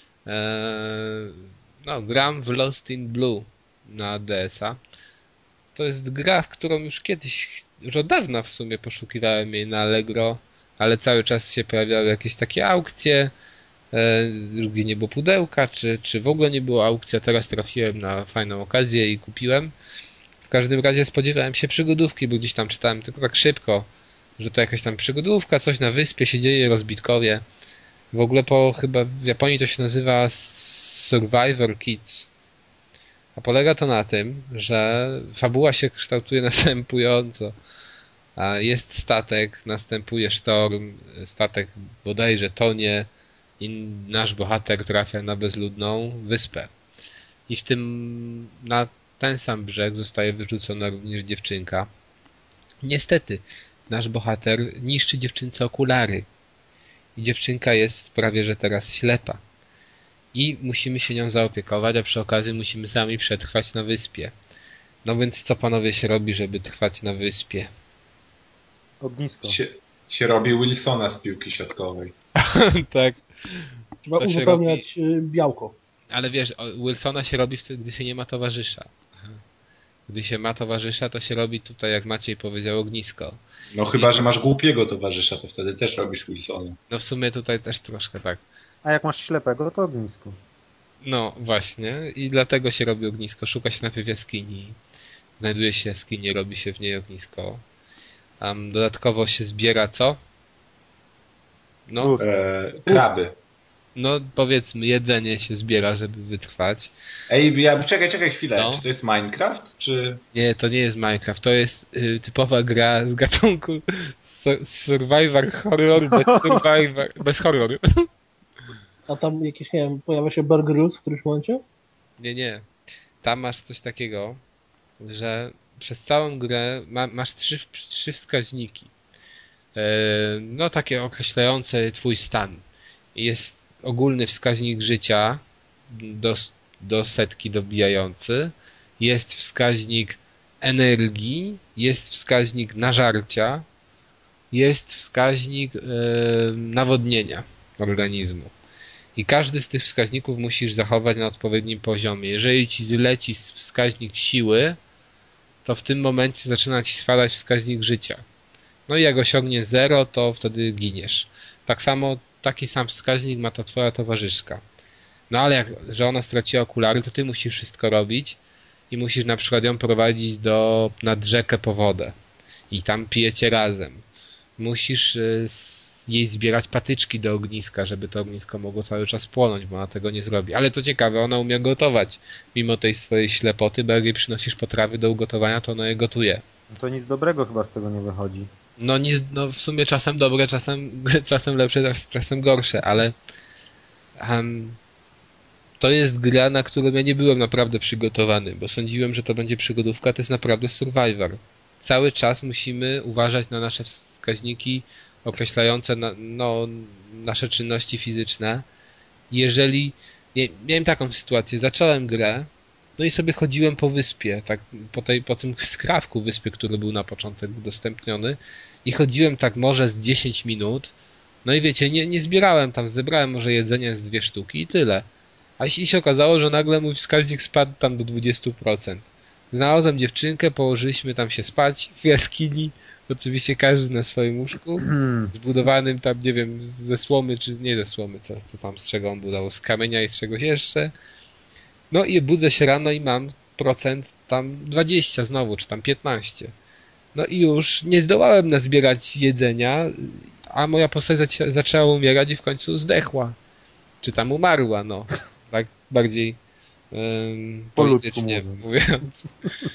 Eee, no, gram w Lost in Blue na D S a. To jest gra, w którą już kiedyś, już od dawna w sumie poszukiwałem jej na Allegro, ale cały czas się pojawiały jakieś takie aukcje, gdzie nie było pudełka, czy, czy w ogóle nie było aukcji, a teraz trafiłem na fajną okazję i kupiłem. W każdym razie spodziewałem się przygodówki, bo gdzieś tam czytałem tylko tak szybko, że to jakaś tam przygodówka, coś na wyspie się dzieje, rozbitkowie. W ogóle po chyba w Japonii to się nazywa Survivor Kids. A polega to na tym, że fabuła się kształtuje następująco. Jest statek, następuje sztorm, statek bodajże tonie i nasz bohater trafia na bezludną wyspę. I w tym, na ten sam brzeg zostaje wyrzucona również dziewczynka. Niestety, nasz bohater niszczy dziewczynce okulary. I dziewczynka jest prawie że teraz ślepa. I musimy się nią zaopiekować, a przy okazji musimy sami przetrwać na wyspie. No więc co panowie się robi, żeby trwać na wyspie? Ognisko. Się, się robi Wilsona z piłki siatkowej. Tak. Trzeba To się uzupełniać robi... białko. Ale wiesz, Wilsona się robi wtedy, gdy się nie ma towarzysza. Gdy się ma towarzysza, to się robi tutaj, jak Maciej powiedział, ognisko. No chyba, że masz głupiego towarzysza, to wtedy też robisz Wilsona. No w sumie tutaj też troszkę tak. A jak masz ślepego, to ognisko. No właśnie. I dlatego się robi ognisko. Szuka się najpierw jaskini. Znajduje się jaskinię, robi się w niej ognisko. Um, dodatkowo się zbiera co? No, e, kraby. No powiedzmy, jedzenie się zbiera, żeby wytrwać. Ej, ja, czekaj, czekaj chwilę. No. Czy to jest Minecraft, czy... Nie, to nie jest Minecraft. To jest y, typowa gra z gatunku su- Survivor Horror bez Survivor, bez horroru. A tam jakieś, nie wiem, pojawia się Bear Grylls w którymś momencie? Nie, nie. Tam masz coś takiego, że przez całą grę ma, masz trzy, trzy wskaźniki. E, no takie określające twój stan. Jest ogólny wskaźnik życia do, do setki dobijający. Jest wskaźnik energii. Jest wskaźnik nażarcia. Jest wskaźnik e, nawodnienia organizmu. I każdy z tych wskaźników musisz zachować na odpowiednim poziomie. Jeżeli ci zleci wskaźnik siły, to w tym momencie zaczyna ci spadać wskaźnik życia. No i jak osiągnie zero, to wtedy giniesz. Tak samo, taki sam wskaźnik ma ta twoja towarzyszka. No ale jak, że ona straciła okulary, to ty musisz wszystko robić i musisz na przykład ją prowadzić do, nad rzekę po wodę. I tam pijecie razem. Musisz y, jej zbierać patyczki do ogniska, żeby to ognisko mogło cały czas płonąć, bo ona tego nie zrobi. Ale co ciekawe, ona umie gotować, mimo tej swojej ślepoty, bo jak jej przynosisz potrawy do ugotowania, to ona je gotuje. No to nic dobrego chyba z tego nie wychodzi. No, nic, no w sumie czasem dobre, czasem, czasem lepsze, czasem gorsze, ale um, to jest gra, na którą ja nie byłem naprawdę przygotowany, bo sądziłem, że to będzie przygodówka, to jest naprawdę Survivor. Cały czas musimy uważać na nasze wskaźniki określające na, no, nasze czynności fizyczne. Jeżeli nie, miałem taką sytuację, zacząłem grę, no i sobie chodziłem po wyspie, tak po, tej, po tym skrawku wyspy, który był na początek udostępniony i chodziłem tak może z dziesięć minut, no i wiecie, nie, nie zbierałem tam, zebrałem może jedzenia z dwie sztuki i tyle. A i się okazało, że nagle mój wskaźnik spadł tam do dwadzieścia procent. Znalazłem dziewczynkę, położyliśmy tam się spać w jaskini, oczywiście każdy na swoim łóżku, zbudowanym tam, nie wiem, ze słomy, czy nie ze słomy, co to tam, z czego on budował, z kamienia i z czegoś jeszcze. No i budzę się rano i mam procent tam dwadzieścia znowu, czy tam piętnaście. No i już nie zdołałem nazbierać jedzenia, a moja postać zac- zaczęła umierać i w końcu zdechła. Czy tam umarła, no. Tak bardziej um, politycznie mówiąc.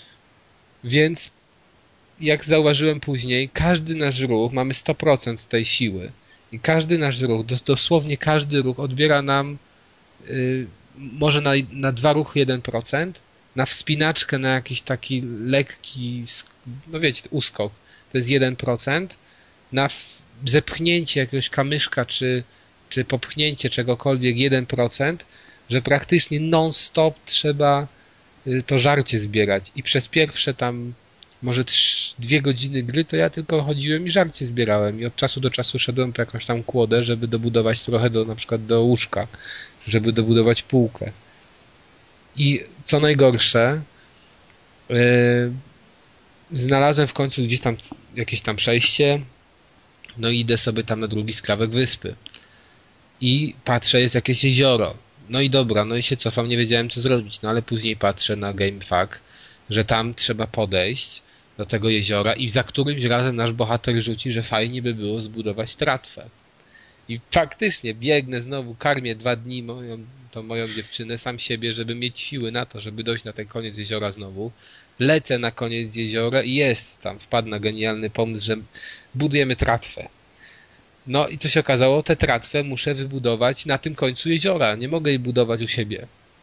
Więc jak zauważyłem później, każdy nasz ruch, mamy sto procent tej siły i każdy nasz ruch, dosłownie każdy ruch odbiera nam y, może na, na dwa ruchy jeden procent, na wspinaczkę, na jakiś taki lekki, no wiecie, uskok, to jest jeden procent, na zepchnięcie jakiegoś kamyszka, czy, czy popchnięcie czegokolwiek jeden procent, że praktycznie non-stop trzeba to żarcie zbierać. I przez pierwsze tam może trz, dwie godziny gry, to ja tylko chodziłem i żarcie zbierałem. I od czasu do czasu szedłem po jakąś tam kłodę, żeby dobudować trochę do, na przykład do łóżka, żeby dobudować półkę. I co najgorsze, yy, znalazłem w końcu gdzieś tam jakieś tam przejście, no i idę sobie tam na drugi skrawek wyspy. I patrzę, jest jakieś jezioro. No i dobra, no i się cofam, nie wiedziałem co zrobić, no ale później patrzę na GameFAQ, że tam trzeba podejść do tego jeziora i za którymś razem nasz bohater rzuci, że fajnie by było zbudować tratwę. I faktycznie biegnę znowu, karmię dwa dni moją, tą moją dziewczynę, sam siebie, żeby mieć siły na to, żeby dojść na ten koniec jeziora znowu. Lecę na koniec jeziora i jest tam, wpadł na genialny pomysł, że budujemy tratwę. No i co się okazało? Tę tratwę muszę wybudować na tym końcu jeziora. Nie mogę jej budować u siebie.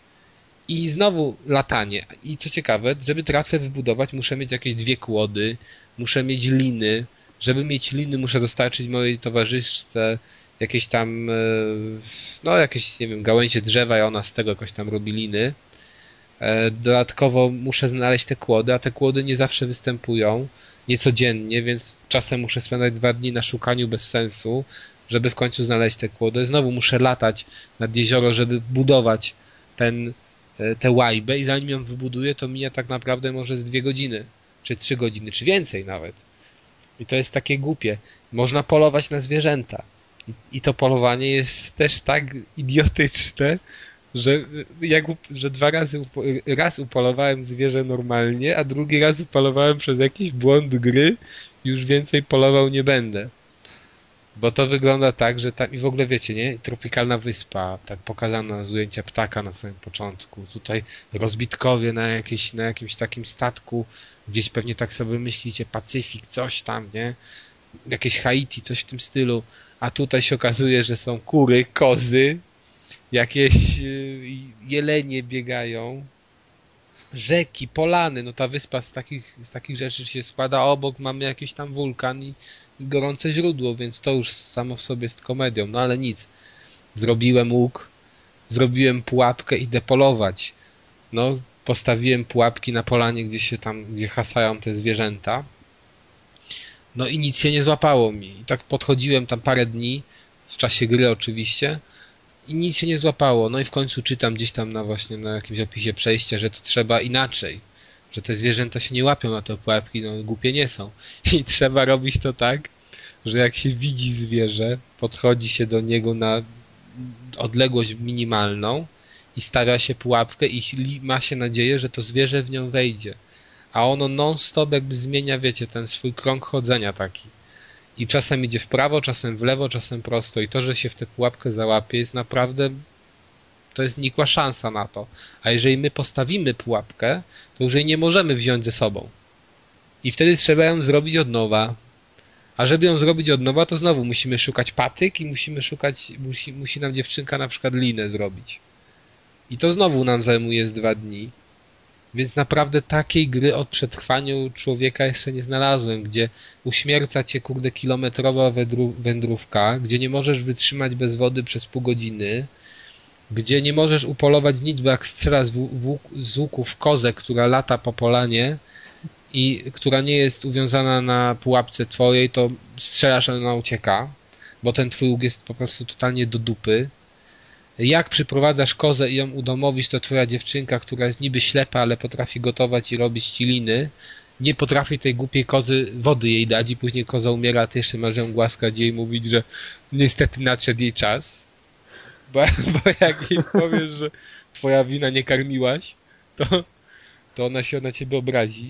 I znowu latanie. I co ciekawe, żeby tratwę wybudować, muszę mieć jakieś dwie kłody, muszę mieć liny. Żeby mieć liny, muszę dostarczyć mojej towarzyszce jakieś tam, no jakieś, nie wiem, gałęzie drzewa i ona z tego jakoś tam robi liny. Dodatkowo muszę znaleźć te kłody, a te kłody nie zawsze występują. Niecodziennie, więc czasem muszę spędzać dwa dni na szukaniu bez sensu, żeby w końcu znaleźć te kłody. Znowu muszę latać nad jezioro, żeby budować ten, tę łajbę i zanim ją wybuduję, to mija tak naprawdę może z dwie godziny, czy trzy godziny, czy więcej nawet. I to jest takie głupie. Można polować na zwierzęta. I, i to polowanie jest też tak idiotyczne, że, jak, że dwa razy, raz upolowałem zwierzę normalnie, a drugi raz upolowałem przez jakiś błąd gry, już więcej polował nie będę. Bo to wygląda tak, że tam, i w ogóle wiecie, nie? Tropikalna wyspa, tak pokazana z ujęcia ptaka na samym początku. Tutaj rozbitkowie na, jakieś, na jakimś takim statku, gdzieś pewnie tak sobie myślicie, Pacyfik, coś tam, nie? Jakieś Haiti, coś w tym stylu. A tutaj się okazuje, że są kury, kozy, jakieś jelenie biegają, rzeki, polany, no ta wyspa z takich, z takich rzeczy się składa, a obok mamy jakiś tam wulkan i, i gorące źródło, więc to już samo w sobie jest komedią, no ale nic. Zrobiłem łuk, zrobiłem pułapkę, idę polować. No, postawiłem pułapki na polanie, gdzie się tam, gdzie hasają te zwierzęta. No i nic się nie złapało mi. I tak podchodziłem tam parę dni, w czasie gry oczywiście, i nic się nie złapało. No i w końcu czytam gdzieś tam na właśnie na jakimś opisie przejścia, że to trzeba inaczej. Że te zwierzęta się nie łapią na te pułapki, no głupie nie są. I trzeba robić to tak, że jak się widzi zwierzę, podchodzi się do niego na odległość minimalną i stawia się pułapkę i ma się nadzieję, że to zwierzę w nią wejdzie. A ono non-stop jakby zmienia, wiecie, ten swój krąg chodzenia taki. I czasem idzie w prawo, czasem w lewo, czasem prosto. I to, że się w tę pułapkę załapie, jest naprawdę, to jest nikła szansa na to. A jeżeli my postawimy pułapkę, to już jej nie możemy wziąć ze sobą. I wtedy trzeba ją zrobić od nowa. A żeby ją zrobić od nowa, to znowu musimy szukać patyk i musimy szukać, musi, musi nam dziewczynka na przykład linę zrobić. I to znowu nam zajmuje z dwa dni. Więc naprawdę takiej gry o przetrwaniu człowieka jeszcze nie znalazłem, gdzie uśmierca cię kurde kilometrowa wędrówka, gdzie nie możesz wytrzymać bez wody przez pół godziny, gdzie nie możesz upolować nic, bo jak strzelasz z łuku w kozę, która lata po polanie i która nie jest uwiązana na pułapce twojej, to strzelasz, a ona ucieka, bo ten twój łuk jest po prostu totalnie do dupy. Jak przyprowadzasz kozę i ją udomowisz, to twoja dziewczynka, która jest niby ślepa, ale potrafi gotować i robić ci liny, nie potrafi tej głupiej kozy wody jej dać i później koza umiera, a ty jeszcze masz ją głaskać i jej mówić, że niestety nadszedł jej czas. Bo, bo jak jej powiesz, że twoja wina, nie karmiłaś, to, to ona się na ciebie obrazi.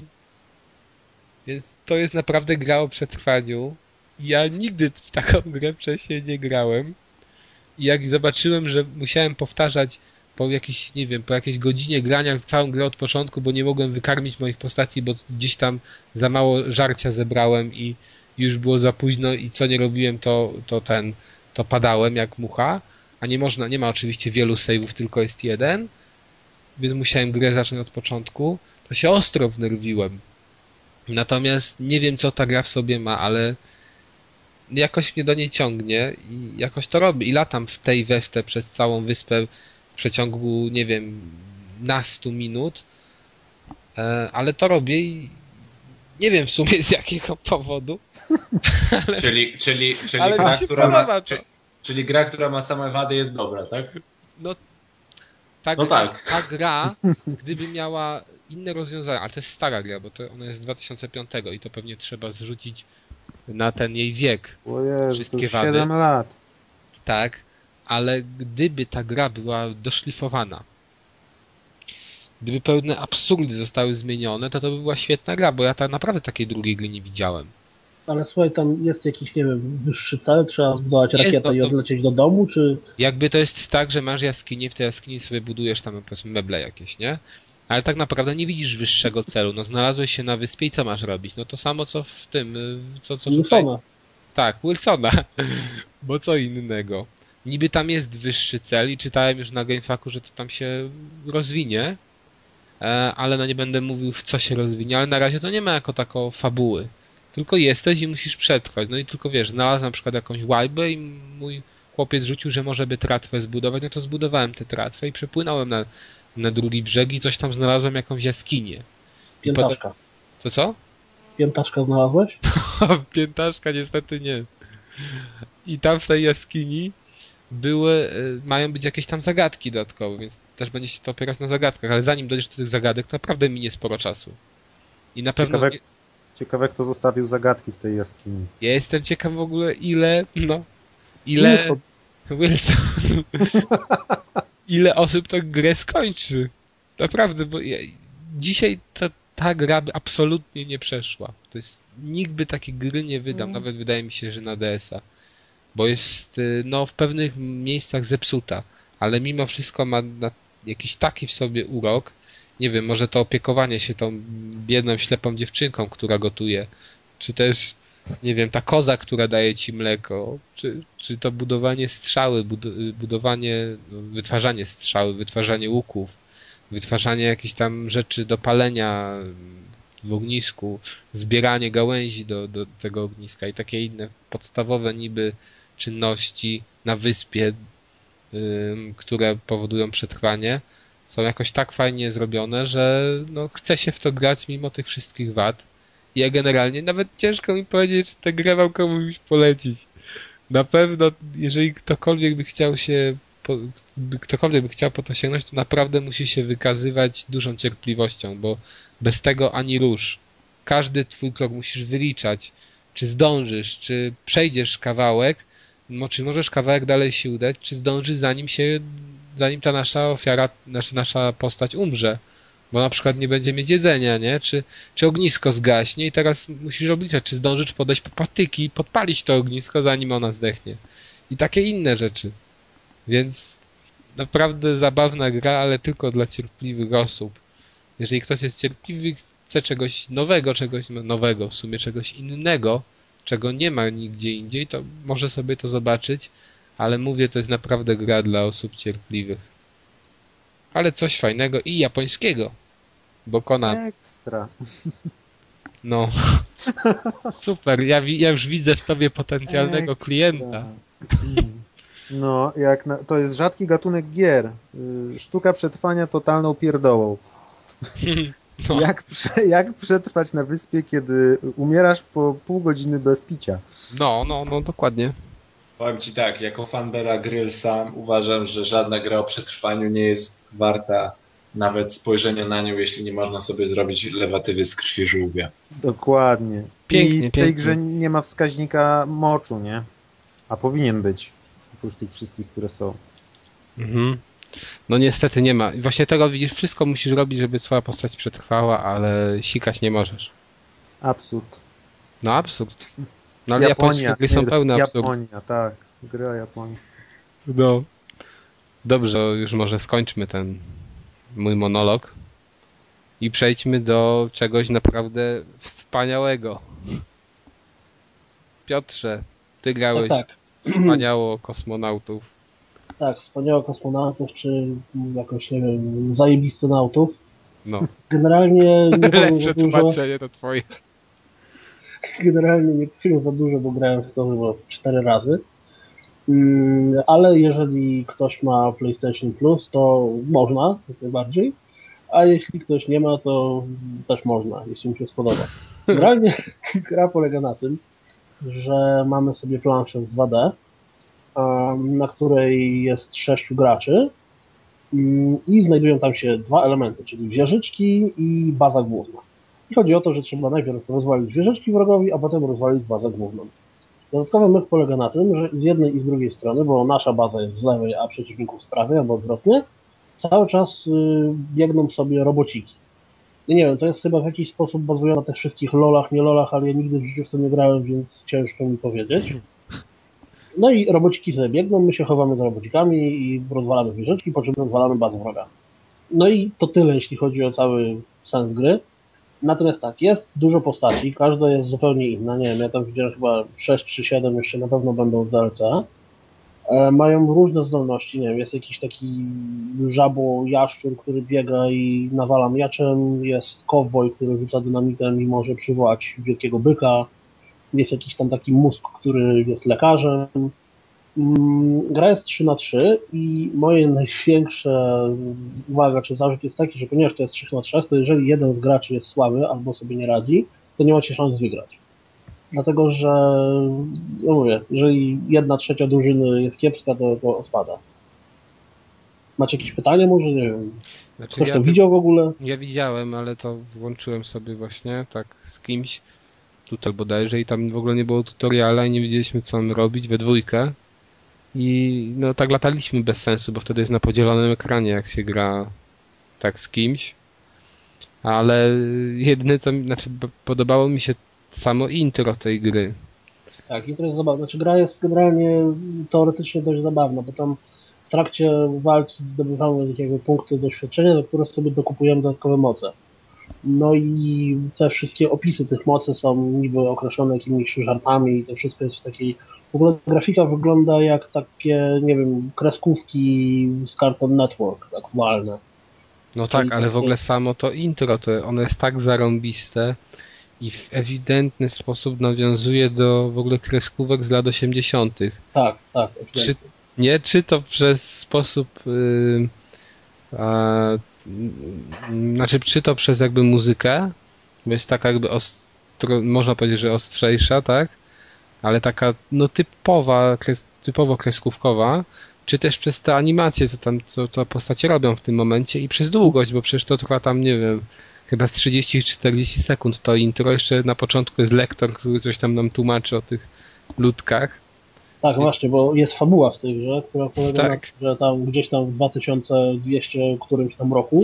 Więc to jest naprawdę gra o przetrwaniu. Ja nigdy w taką grę wcześniej nie grałem. I jak zobaczyłem, że musiałem powtarzać po jakiejś, nie wiem, po jakiejś godzinie grania całą grę od początku, bo nie mogłem wykarmić moich postaci, bo gdzieś tam za mało żarcia zebrałem i już było za późno i co nie robiłem, to, to ten, to padałem jak mucha, a nie można, nie ma oczywiście wielu save'ów, tylko jest jeden, więc musiałem grę zacząć od początku, to się ostro wnerwiłem. Natomiast nie wiem, co ta gra w sobie ma, ale jakoś mnie do niej ciągnie i jakoś to robię. I latam w tej we w te przez całą wyspę w przeciągu, nie wiem, nastu minut, ale to robię i nie wiem w sumie z jakiego powodu. ale, czyli czyli, czyli, ale gra, która ma, czy, czyli gra, która ma same wady, jest dobra, tak? No, ta, no gra, tak. ta gra, gdyby miała inne rozwiązania, ale to jest stara gra, bo to ona jest z dwa tysiące piątego i to pewnie trzeba zrzucić na ten jej wiek. O Jezu, wszystkie to już wady. siedem lat. Tak, ale gdyby ta gra była doszlifowana, gdyby pewne absurdy zostały zmienione, to to by była świetna gra, bo ja tak naprawdę takiej drugiej gry nie widziałem. Ale słuchaj, tam jest jakiś, nie wiem, wyższy cel, trzeba zbudować rakietę to, to... i odlecieć do domu, czy... Jakby to jest tak, że masz jaskinię, w tej jaskini sobie budujesz tam, powiedzmy, meble jakieś, nie? Ale tak naprawdę nie widzisz wyższego celu. No znalazłeś się na wyspie i co masz robić? No to samo co w tym, co, co tutaj... Wilsona. Tak, Wilsona. Bo co innego. Niby tam jest wyższy cel i czytałem już na GameFAQu, że to tam się rozwinie, ale no nie będę mówił, w co się rozwinie, ale na razie to nie ma jako tako fabuły. Tylko jesteś i musisz przetrwać. No i tylko wiesz, znalazłem na przykład jakąś łajbę i mój chłopiec rzucił, że może by tratwę zbudować, no to zbudowałem tę tratwę i przepłynąłem na, na drugi brzeg i coś tam znalazłem, jakąś jaskinię. Piętaszka. Potem... To co? Piętaszka znalazłeś? Piętaszka niestety nie. I tam w tej jaskini były, mają być jakieś tam zagadki dodatkowe, więc też będzie się to opierać na zagadkach, ale zanim dojdziesz do tych zagadek, to naprawdę minie sporo czasu. I na pewno... Ciekawe, ciekawe kto zostawił zagadki w tej jaskini. Ja jestem ciekaw w ogóle ile, no, ile... Wilson. Ile osób tę grę skończy. Naprawdę, bo ja... dzisiaj ta, ta gra by absolutnie nie przeszła. To jest... Nikt by takiej gry nie wydał, mm. nawet wydaje mi się, że na D S a. Bo jest, no, w pewnych miejscach zepsuta, ale mimo wszystko ma jakiś taki w sobie urok. Nie wiem, może to opiekowanie się tą biedną, ślepą dziewczynką, która gotuje, czy też, nie wiem, ta koza, która daje ci mleko, czy, czy to budowanie strzały, budowanie, wytwarzanie strzały, wytwarzanie łuków, wytwarzanie jakichś tam rzeczy do palenia w ognisku, zbieranie gałęzi do, do tego ogniska i takie inne podstawowe niby czynności na wyspie, yy, które powodują przetrwanie, są jakoś tak fajnie zrobione, że no, chce się w to grać mimo tych wszystkich wad. I ja generalnie nawet ciężko mi powiedzieć, czy tę grę mam komuś polecić. Na pewno, jeżeli ktokolwiek by chciał się, po, by, ktokolwiek by chciał po to sięgnąć, to naprawdę musi się wykazywać dużą cierpliwością, bo bez tego ani rusz. Każdy twój krok musisz wyliczać, czy zdążysz, czy przejdziesz kawałek, no, czy możesz kawałek dalej się udać, czy zdążysz zanim się, zanim ta nasza ofiara, nasza, nasza postać umrze. Bo na przykład nie będzie mieć jedzenia, nie? Czy, czy ognisko zgaśnie i teraz musisz obliczać, czy zdążysz podejść po patyki i podpalić to ognisko, zanim ona zdechnie. I takie inne rzeczy. Więc naprawdę zabawna gra, ale tylko dla cierpliwych osób. Jeżeli ktoś jest cierpliwy, chce czegoś nowego, czegoś nowego, w sumie czegoś innego, czego nie ma nigdzie indziej, to może sobie to zobaczyć, ale mówię, to jest naprawdę gra dla osób cierpliwych. Ale coś fajnego i japońskiego, bo Conan... Ekstra. No. Super, ja, ja już widzę w tobie potencjalnego Ekstra. klienta. No, jak na, to jest rzadki gatunek gier. Sztuka przetrwania totalną pierdołą. No. Jak, jak przetrwać na wyspie, kiedy umierasz po pół godziny bez picia? No, no, no, dokładnie. Powiem ci tak, jako fan Beara Gryllsa uważam, że żadna gra o przetrwaniu nie jest warta nawet spojrzenia na nią, jeśli nie można sobie zrobić lewatywy z krwi żółwia. Dokładnie. Pięknie, I w tej pięknie. grze nie ma wskaźnika moczu, nie? A powinien być. Oprócz tych wszystkich, które są. Mhm. No niestety nie ma. I właśnie tego widzisz, wszystko musisz robić, żeby twoja postać przetrwała, ale sikać nie możesz. Absurd. No absurd. No ale Japonia, japońskie gry są nie, pełne absurdu. Japonia, tak. Gra japońska. No. Dobrze, już może skończmy ten mój monolog i przejdźmy do czegoś naprawdę wspaniałego. Piotrze, ty grałeś tak, tak. wspaniało kosmonautów. Tak, wspaniałych kosmonautów, czy jakoś, nie wiem, zajebistonautów. No. Generalnie nie powiem Lepsze za dużo. tłumaczenie to twoje. Generalnie nie powiem za dużo, bo grałem w to chyba cztery razy. Mm, ale jeżeli ktoś ma PlayStation Plus, to można, jak najbardziej. A jeśli ktoś nie ma, to też można, jeśli mu się spodoba. Generalnie gra polega na tym, że mamy sobie planszę w dwa D, na której jest sześciu graczy i znajdują tam się dwa elementy, czyli wieżyczki i baza główna. I chodzi o to, że trzeba najpierw rozwalić wieżyczki wrogowi, a potem rozwalić bazę główną. Dodatkowy myk polega na tym, że z jednej i z drugiej strony, bo nasza baza jest z lewej, a przeciwników z prawej, albo odwrotnie, cały czas biegną sobie robociki. I nie wiem, to jest chyba w jakiś sposób bazujące na tych wszystkich lolach, nie lolach, ale ja nigdy w życiu w to nie grałem, więc ciężko mi powiedzieć. No i robociki sobie biegną, my się chowamy za robocikami i rozwalamy wieżyczki, po czym rozwalamy bazę wroga. No i to tyle, jeśli chodzi o cały sens gry. Natomiast tak, jest dużo postaci, każda jest zupełnie inna, nie wiem, ja tam widziałem chyba sześć czy siedem, jeszcze na pewno będą w D L C. E, mają różne zdolności, nie wiem, jest jakiś taki żabo-jaszczur, który biega i nawala mieczem, jest kowboj, który rzuca dynamitem i może przywołać wielkiego byka, jest jakiś tam taki mózg, który jest lekarzem. Gra jest trzy na trzy i moje największe uwaga czy zarzut jest taki, że ponieważ to jest trzy na trzy, to jeżeli jeden z graczy jest słaby albo sobie nie radzi, to nie macie szans wygrać. Dlatego, że no mówię, jeżeli jedna trzecia drużyny jest kiepska, to, to odpada. Macie jakieś pytanie może? Nie wiem. Znaczy, Ktoś ja to ty... widział w ogóle? Ja widziałem, ale to włączyłem sobie właśnie tak z kimś tutaj bodajże i tam w ogóle nie było tutoriala i nie wiedzieliśmy co mamy robić we dwójkę. I no tak lataliśmy bez sensu, bo wtedy jest na podzielonym ekranie, jak się gra tak z kimś. Ale jedyne co mi, znaczy podobało mi się samo intro tej gry. Tak, intro jest zabawne. Znaczy gra jest generalnie teoretycznie dość zabawna, bo tam w trakcie walki zdobywamy jakieś punkty doświadczenia, za które sobie dokupujemy dodatkowe moce. No i te wszystkie opisy tych mocy są niby określone jakimiś żartami i to wszystko jest w takiej... W ogóle grafika wygląda jak takie, nie wiem, kreskówki z Cartoon Network aktualne. No tak, ale w ogóle samo to intro, to ono jest tak zarąbiste i w ewidentny sposób nawiązuje do w ogóle kreskówek z lat osiemdziesiątych. Tak, tak. Czy, nie, czy to przez sposób... Yy, a, znaczy, czy to przez jakby muzykę, bo jest taka jakby ostro, można powiedzieć, że ostrzejsza, tak? Ale taka no typowa, kres, typowo kreskówkowa, czy też przez te animacje, co tam, co to postacie robią w tym momencie i przez długość, bo przecież to trwa tam, nie wiem, chyba z trzydzieści czterdzieści sekund to intro, jeszcze na początku jest lektor, który coś tam nam tłumaczy o tych ludkach. Tak, właśnie, bo jest fabuła w tej grze, która polega tak. na tym, że tam gdzieś tam w dwa tysiące dwieście którymś tam roku,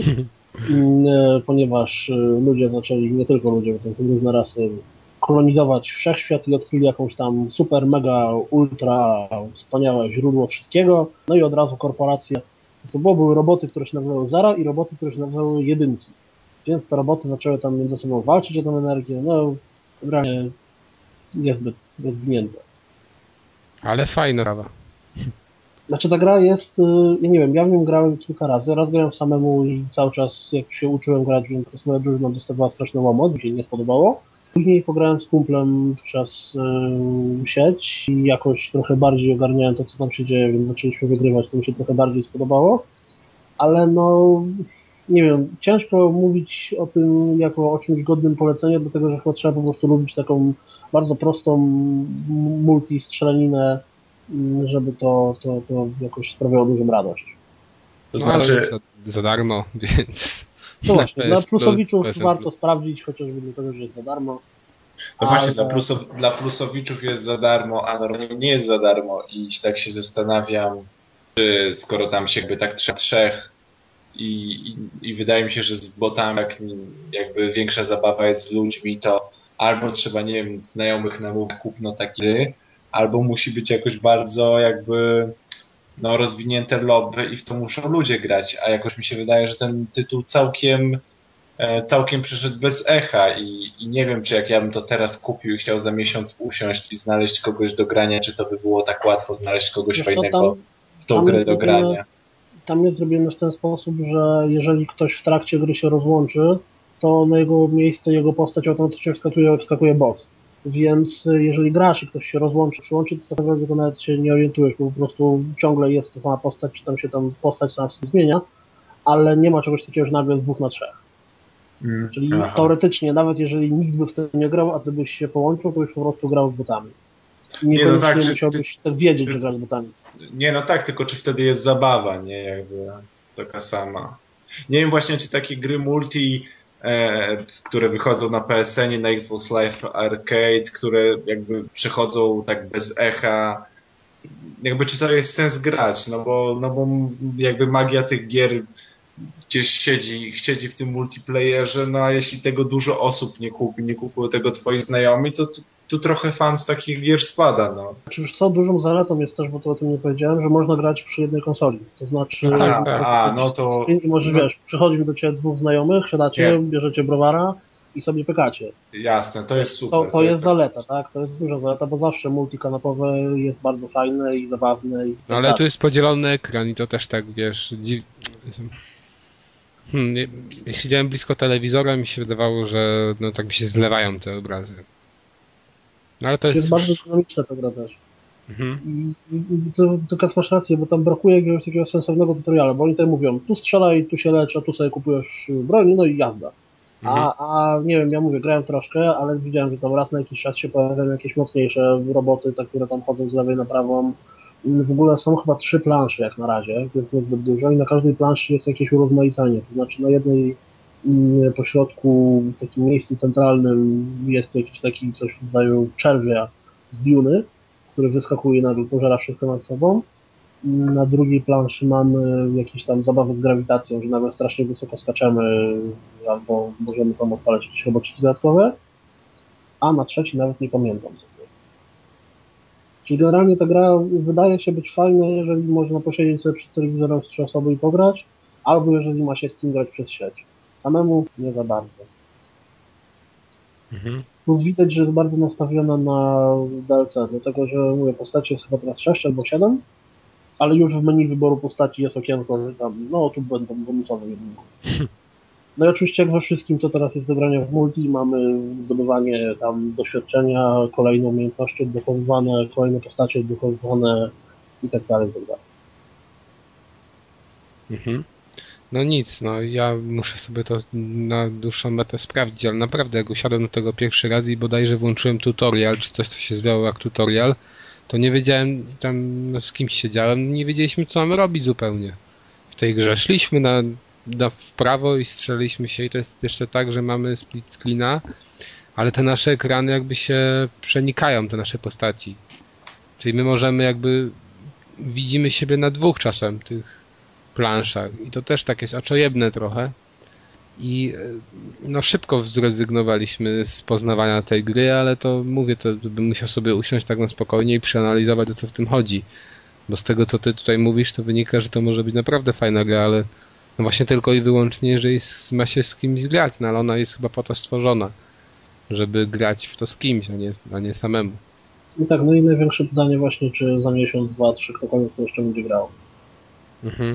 ponieważ ludzie zaczęli, nie tylko ludzie, bo to są różne rasy, kolonizować wszechświat i odkryli jakąś tam super, mega, ultra wspaniałe źródło wszystkiego, no i od razu korporacje, to było, były roboty, które się nazywały Zara i roboty, które się nazywały Jedynki, więc te roboty zaczęły tam między sobą walczyć o tę energię, no generalnie niezbyt rozwinięte. Ale fajna sprawa. Znaczy ta gra jest, ja nie wiem, ja w nią grałem kilka razy, raz grałem samemu i cały czas jak się uczyłem grać, więc moja drużyna dostawała straszny łomot, mi się nie spodobało. Później pograłem z kumplem przez yy, sieć i jakoś trochę bardziej ogarniałem to, co tam się dzieje, więc zaczęliśmy wygrywać, to mi się trochę bardziej spodobało. Ale no, nie wiem, ciężko mówić o tym jako o czymś godnym polecenia, dlatego że chyba trzeba po prostu lubić taką bardzo prostą multi-strzelaninę, żeby to, to, to jakoś sprawiało dużą radość. To no, znaczy... za, za darmo, więc... No właśnie, dla plusowiczów plus, warto plus. sprawdzić, chociażby dlatego, że jest za darmo. No ale... właśnie, dla, plusow, dla plusowiczów jest za darmo, a normalnie nie jest za darmo i tak się zastanawiam, czy skoro tam się jakby tak trzech, trzech i, i, i wydaje mi się, że z botami jak, jakby większa zabawa jest z ludźmi, to albo trzeba, nie wiem, znajomych namówić kupno takiej gry, albo musi być jakoś bardzo jakby no, rozwinięte lobby i w to muszą ludzie grać, a jakoś mi się wydaje, że ten tytuł całkiem całkiem przyszedł bez echa i, i nie wiem, czy jak ja bym to teraz kupił i chciał za miesiąc usiąść i znaleźć kogoś do grania, czy to by było tak łatwo znaleźć kogoś Wiesz, fajnego tam, w tą Tam grę jest do zrobione- grania. Tam jest zrobione w ten sposób, że jeżeli ktoś w trakcie gry się rozłączy, to na jego miejsce, jego postać automatycznie wskakuje, wskakuje boss. Więc y, jeżeli grasz i ktoś się rozłączy, przyłączy, to tak naprawdę to nawet się nie orientujesz, bo po prostu ciągle jest ta sama postać, czy tam się tam postać sama sobie zmienia, ale nie ma czegoś takiego, że nagle jest dwóch na trzech. Mm. Czyli Aha. teoretycznie, nawet jeżeli nikt by w to nie grał, a ty byś się połączył, to już po prostu grał z botami. I Nie, no niekoniecznie tak, czy musiałbyś tak wiedzieć, że grasz z botami. Nie, no tak, tylko czy wtedy jest zabawa, nie? Jakby taka sama. Nie wiem właśnie, czy takie gry multi, e, które wychodzą na P S N, na Xbox Live Arcade, które jakby przechodzą tak bez echa, jakby czy to jest sens grać, no bo, no bo jakby magia tych gier gdzieś siedzi, siedzi w tym multiplayerze, no a jeśli tego dużo osób nie kupi, nie kupują tego twoich znajomi, to tu, tu trochę fan z takich gier spada, no. Czy wiesz co, dużą zaletą jest też, bo to o tym nie powiedziałem, że można grać przy jednej konsoli. To znaczy, No tak, że tak. A, no to... i może no, wiesz, przychodzi do ciebie dwóch znajomych, siadacie, Nie. bierzecie browara i sobie pykacie. Jasne, to jest super. To, to jest zaleta, tak? To jest duża zaleta, bo zawsze multikanapowe jest bardzo fajne i zabawne. I No, ale tu jest podzielony ekran i to też tak, wiesz, dziw... hmm, nie- jeśli siedziałem blisko telewizora, mi się wydawało, że no tak mi się zlewają te obrazy. No ale to jest, jest... jest bardzo już- dynamiczna ta gra też. Mhm. I, i, i to, to masz rację, bo tam brakuje jakiegoś takiego sensownego tutoriala, bo oni tutaj mówią, tu strzelaj, tu się lecz, a tu sobie kupujesz broń, no i jazda. Mhm. A, a nie wiem, ja mówię, grałem troszkę, ale widziałem, że tam raz na jakiś czas się pojawiają jakieś mocniejsze roboty, te, które tam chodzą z lewej na prawą. W ogóle są chyba trzy plansze jak na razie, więc niezbyt dużo i na każdej planszy jest jakieś urozmaicenie. To znaczy na jednej mm, pośrodku, w takim miejscu centralnym jest jakiś taki coś w rodzaju czerwia z Duny, który wyskakuje na dół, pożera wszystko nad sobą. Na drugiej planszy mamy jakieś tam zabawy z grawitacją, że nawet strasznie wysoko skaczemy, albo możemy tam odpalać jakieś robociki dodatkowe. A na trzeciej nawet nie pamiętam sobie. Czyli generalnie ta gra wydaje się być fajna, jeżeli można posiedzieć sobie przed telewizorem z trzy osoby i pograć, albo jeżeli ma się z kim grać przez sieć. Samemu nie za bardzo. Mhm. Plus widać, że jest bardzo nastawiona na D L C, dlatego że mówię, postaci jest chyba teraz sześć albo siedem, ale już w menu wyboru postaci jest okienko, że tam, no tu będą bonusowe jedynki. No i oczywiście jak we wszystkim, to teraz jest do grania w multi, mamy zdobywanie tam doświadczenia, kolejne umiejętności odblokowywane, kolejne postacie odblokowywane i tak dalej, i tak dalej. Mhm. No nic, no ja muszę sobie to na dłuższą metę sprawdzić, ale naprawdę jak usiadłem do tego pierwszy raz i bodajże włączyłem tutorial, czy coś co się zwiało jak tutorial, to nie wiedziałem tam no, z kimś siedziałem, nie wiedzieliśmy co mamy robić zupełnie. W tej grze szliśmy na, na w prawo i strzeliliśmy się i to jest jeszcze tak, że mamy split screena, ale te nasze ekrany jakby się przenikają, te nasze postaci. Czyli my możemy jakby widzimy siebie na dwóch czasem tych planszach i to też tak jest aczojebne trochę i no szybko zrezygnowaliśmy z poznawania tej gry, ale to mówię, to bym musiał sobie usiąść tak na spokojnie i przeanalizować o co w tym chodzi, bo z tego co ty tutaj mówisz to wynika, że to może być naprawdę fajna gra, ale no właśnie tylko i wyłącznie jeżeli ma się z kimś grać, no ale ona jest chyba po to stworzona, żeby grać w to z kimś, a nie, a nie samemu. I tak, no i największe pytanie właśnie, czy za miesiąc, dwa, trzy, ktokolwiek to jeszcze będzie grał. Mhm.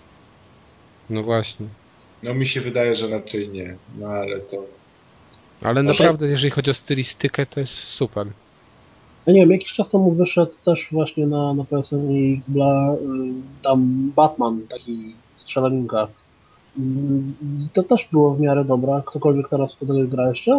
No właśnie. No mi się wydaje, że raczej nie. No ale to... Ale Może- naprawdę, jeżeli chodzi o stylistykę, to jest super. Ja nie wiem, jakiś czas temu wyszedł też właśnie na, na P S N i Xboxa y, tam Batman, taki strzelaninka. Y, to też było w miarę dobra. Ktokolwiek teraz wtedy gra jeszcze?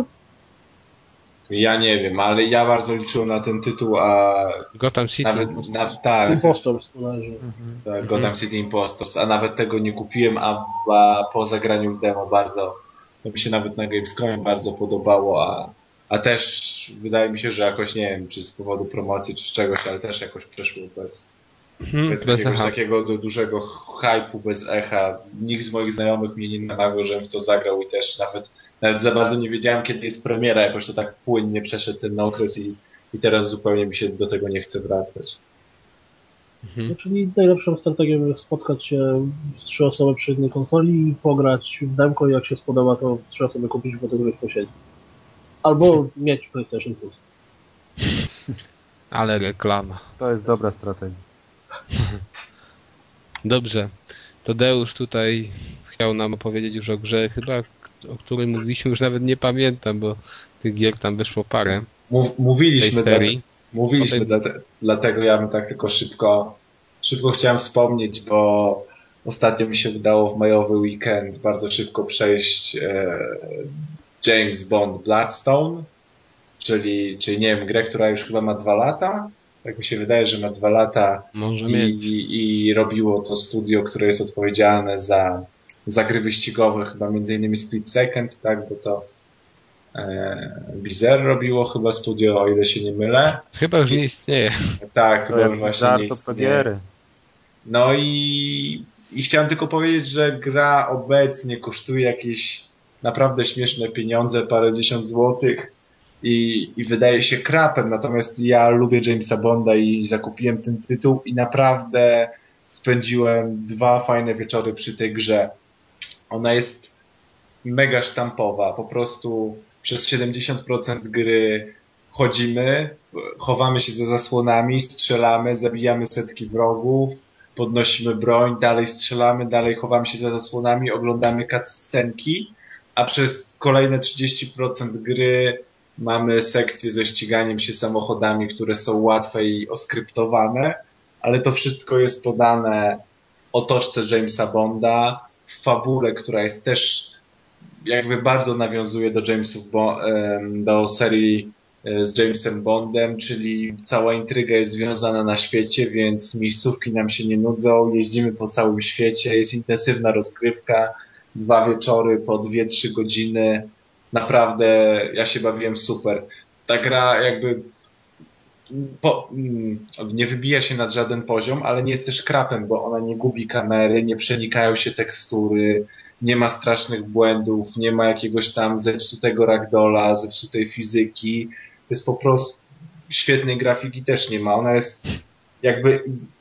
Ja nie wiem, ale ja bardzo liczyłem na ten tytuł, a Gotham City. nawet... Na, tak, Impostors bodajże. tak, Gotham City Impostors, a nawet tego nie kupiłem, a, a po zagraniu w demo bardzo... To mi się nawet na Gamescomie bardzo podobało, a, a też wydaje mi się, że jakoś, nie wiem, czy z powodu promocji, czy z czegoś, ale też jakoś przeszło bez, Mhm, bez, bez jakiegoś echa. takiego du- dużego hype'u, bez echa. Nikt z moich znajomych mnie nie namawiał, żebym w to zagrał i też nawet, nawet za bardzo nie wiedziałem, kiedy jest premiera, jakoś to tak płynnie przeszedł ten okres i, i teraz zupełnie mi się do tego nie chce wracać. Mhm. No, czyli najlepszą strategią jest spotkać się z trzy osoby przy jednej konsoli i pograć w demko i jak się spodoba, to trzy osoby kupić, bo to ktoś posiedzi. Albo mieć PlayStation Plus. Ale reklama. To jest dobra strategia. Dobrze. Tadeusz tutaj chciał nam opowiedzieć już o grze, chyba o której mówiliśmy, już nawet nie pamiętam, bo tych gier tam wyszło parę. Mów, mówiliśmy, tej serii. Dla, mówiliśmy tej... dla, dlatego ja bym tak tylko szybko, szybko chciałem wspomnieć, bo ostatnio mi się udało w majowy weekend bardzo szybko przejść e, James Bond Bloodstone, czyli, czyli nie wiem, grę, która już chyba ma dwa lata. Tak mi się wydaje, że ma dwa lata. Może i, mieć. i, i robiło to studio, które jest odpowiedzialne za, za gry wyścigowe, chyba między innymi Split Second, tak, bo to e, Bizarre robiło chyba studio, o ile się nie mylę. Chyba już nie istnieje. Tak, chyba już właśnie nie istnieje. No i, i chciałem tylko powiedzieć, że gra obecnie kosztuje jakieś naprawdę śmieszne pieniądze, parędziesiąt złotych. I, i wydaje się krapem, natomiast ja lubię Jamesa Bonda i zakupiłem ten tytuł i naprawdę spędziłem dwa fajne wieczory przy tej grze. Ona jest mega sztampowa, po prostu przez siedemdziesiąt procent gry chodzimy, chowamy się za zasłonami, strzelamy, zabijamy setki wrogów, podnosimy broń, dalej strzelamy, dalej chowamy się za zasłonami, oglądamy cutscenki, a przez kolejne trzydzieści procent gry mamy sekcję ze ściganiem się samochodami, które są łatwe i oskryptowane, ale to wszystko jest podane w otoczce Jamesa Bonda, w fabule, która jest też jakby bardzo nawiązuje do Jamesów, do serii z Jamesem Bondem, czyli cała intryga jest związana na świecie, więc miejscówki nam się nie nudzą, jeździmy po całym świecie, jest intensywna rozgrywka, dwa wieczory po dwie trzy godziny. Naprawdę ja się bawiłem super. Ta gra jakby po, nie wybija się nad żaden poziom, ale nie jest też krapem, bo ona nie gubi kamery, nie przenikają się tekstury, nie ma strasznych błędów, nie ma jakiegoś tam zepsutego ragdola, zepsutej fizyki. To jest po prostu świetnej grafiki też nie ma. Ona jest jakby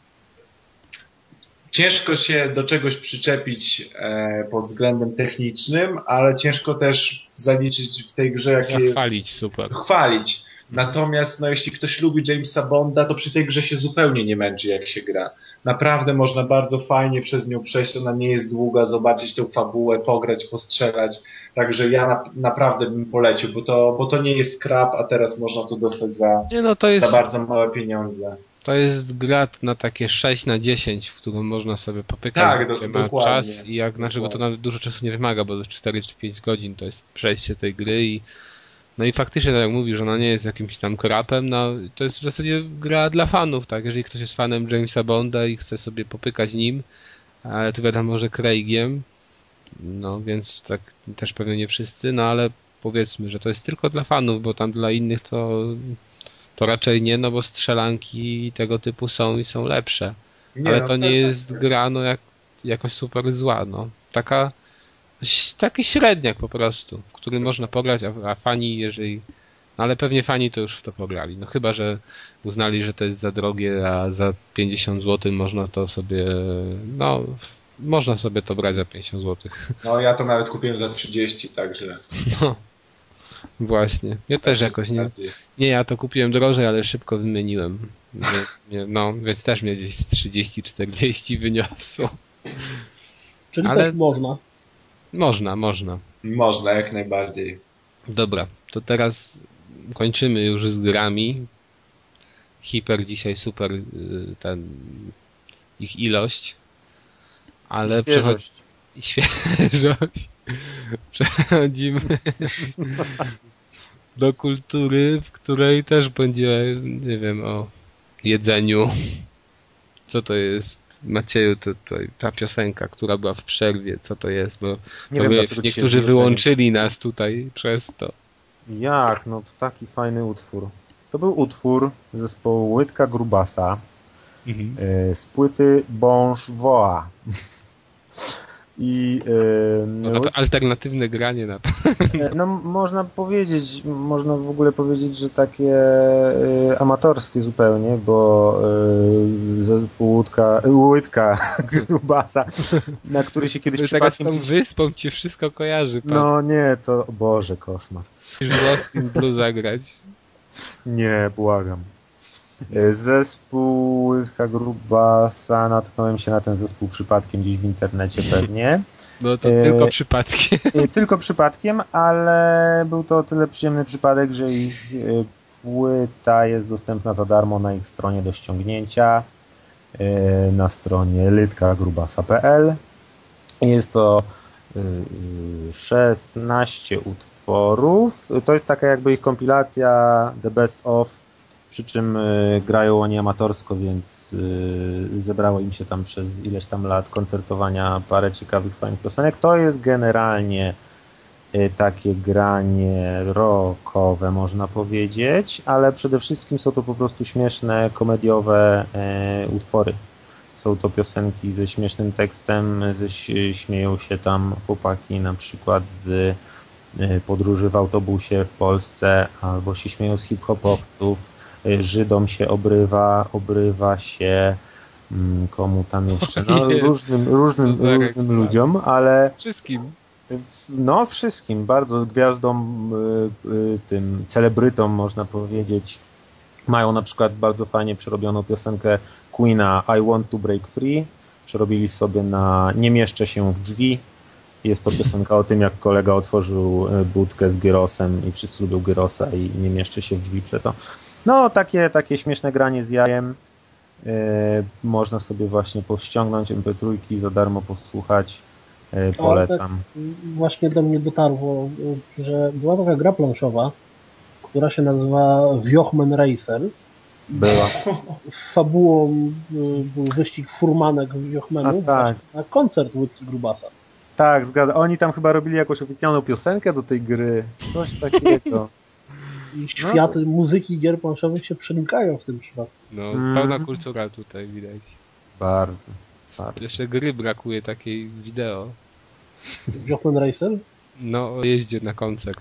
ciężko się do czegoś przyczepić e, pod względem technicznym, ale ciężko też zaliczyć w tej grze jakie... Chwalić, super. Chwalić. Natomiast no, jeśli ktoś lubi Jamesa Bonda, to przy tej grze się zupełnie nie męczy, jak się gra. Naprawdę można bardzo fajnie przez nią przejść, ona nie jest długa, zobaczyć tę fabułę, pograć, postrzelać. Także ja na, naprawdę bym polecił, bo to, bo to nie jest krap, a teraz można to dostać za, nie, no to jest... za bardzo małe pieniądze. To jest gra na takie sześć na dziesięć, w którą można sobie popykać, tak, do, gdzie ma dokładnie, czas i jak naszego to nawet dużo czasu nie wymaga, bo cztery czy pięć godzin to jest przejście tej gry i no i faktycznie, tak jak mówisz, że ona nie jest jakimś tam krapem, no to jest w zasadzie gra dla fanów, tak? Jeżeli ktoś jest fanem Jamesa Bonda i chce sobie popykać nim, ale tu wiadomo, że Craigiem, no więc tak też pewnie nie wszyscy, no ale powiedzmy, że to jest tylko dla fanów, bo tam dla innych to to raczej nie, no bo strzelanki tego typu są i są lepsze. Nie, ale to no, nie tak, jest tak. gra no jak, jakoś super zła, no. Taka taki średniak po prostu, w którym można pograć, a, a fani, jeżeli... No ale pewnie fani to już w to pograli. No chyba, że uznali, że to jest za drogie, a za pięćdziesiąt złotych można to sobie... No, można sobie to brać za pięćdziesiąt złotych. No ja to nawet kupiłem za trzydzieści, także... No. Właśnie. Ja też jakoś nie... Nie, ja to kupiłem drożej, ale szybko wymieniłem. No, więc też mnie gdzieś trzydzieści czterdzieści wyniosło. Czyli ale... też można. Można, można. Można, jak najbardziej. Dobra, to teraz kończymy już z grami. Hiper dzisiaj super ten ich ilość. Ale świeżość. Świeżość. Przechodzimy do kultury, w której też będzie, nie wiem, o jedzeniu. Co to jest? Macieju, to, to ta piosenka, która była w przerwie, co to jest? Bo nie to wiem, wie, niektórzy wyłączyli nas tutaj przez to. Jak? No to taki fajny utwór. To był utwór zespołu Łydka Grubasa mhm. y, z płyty Bąż Woa. I, yy, no to alternatywne granie na to. No można powiedzieć, można w ogóle powiedzieć, że takie y, amatorskie zupełnie, bo y, zespół Łódka, Łydka Grubasa, na który się kiedyś przypadkiem... Z tą wyspą ci wszystko kojarzy. Pan. No nie, to Boże, koszmar. Musisz Blue zagrać. Nie, błagam. Zespół Łydka Grubasa, natknąłem się na ten zespół przypadkiem gdzieś w internecie pewnie. No to e, tylko przypadkiem. E, tylko przypadkiem, ale był to o tyle przyjemny przypadek, że ich e, płyta jest dostępna za darmo na ich stronie do ściągnięcia, e, na stronie lytka grubasa kropka p l. Jest to e, szesnaście utworów. To jest taka jakby ich kompilacja The Best Of, przy czym y, grają oni amatorsko, więc y, zebrało im się tam przez ileś tam lat koncertowania parę ciekawych, fajnych piosenek. To jest generalnie y, takie granie rockowe, można powiedzieć, ale przede wszystkim są to po prostu śmieszne, komediowe y, utwory. Są to piosenki ze śmiesznym tekstem, ze, śmieją się tam chłopaki na przykład z y, podróży w autobusie w Polsce, albo się śmieją z hip-hopowców. Żydom się obrywa, obrywa się komu tam jeszcze, no różnym, różnym, różnym ludziom, ale wszystkim. No wszystkim, bardzo gwiazdom, tym celebrytom można powiedzieć. Mają na przykład bardzo fajnie przerobioną piosenkę Queena I Want to Break Free, przerobili sobie na Nie mieszczę się w drzwi. Jest to piosenka o tym, jak kolega otworzył budkę z gyrosem i wszyscy lubią gyrosa i nie mieszczy się w drzwi przez to. No, takie, takie śmieszne granie z jajem. Yy, można sobie właśnie pościągnąć em pe trzy, za darmo posłuchać. Yy, polecam. Tak właśnie do mnie dotarło, że była taka gra planszowa, która się nazywa Wjochmen Racer. Była. Fabułą był wyścig furmanek Wjochmenów, tak. Na koncert Łydki Grubasa. Tak, zgadza. Oni tam chyba robili jakąś oficjalną piosenkę do tej gry. Coś takiego. I światy no. muzyki gier planszowych się przenikają w tym przypadku. No, pełna mm. kultura tutaj widać. Bardzo. bardzo. Jeszcze gry brakuje takiej wideo. Wjochmen Racer? No, o jeździe na koncert.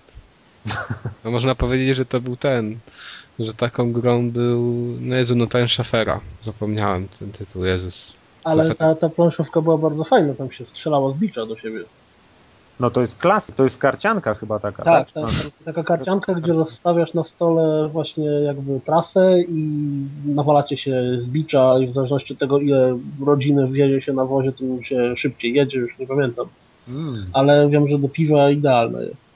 No można powiedzieć, że to był ten, że taką grą był, no Jezu, no ten Szafera. Zapomniałem ten tytuł, Jezus. Ale ta, ta planszówka była bardzo fajna, tam się strzelało z bicza do siebie. No to jest klasyk, to jest karcianka chyba taka, tak? Tak, ta, taka karcianka, gdzie rozstawiasz na stole właśnie jakby trasę i nawalacie się z bicza i w zależności od tego, ile rodziny wjedzie się na wozie, tym się szybciej jedzie, już nie pamiętam. Mm. Ale wiem, że do piwa idealne jest.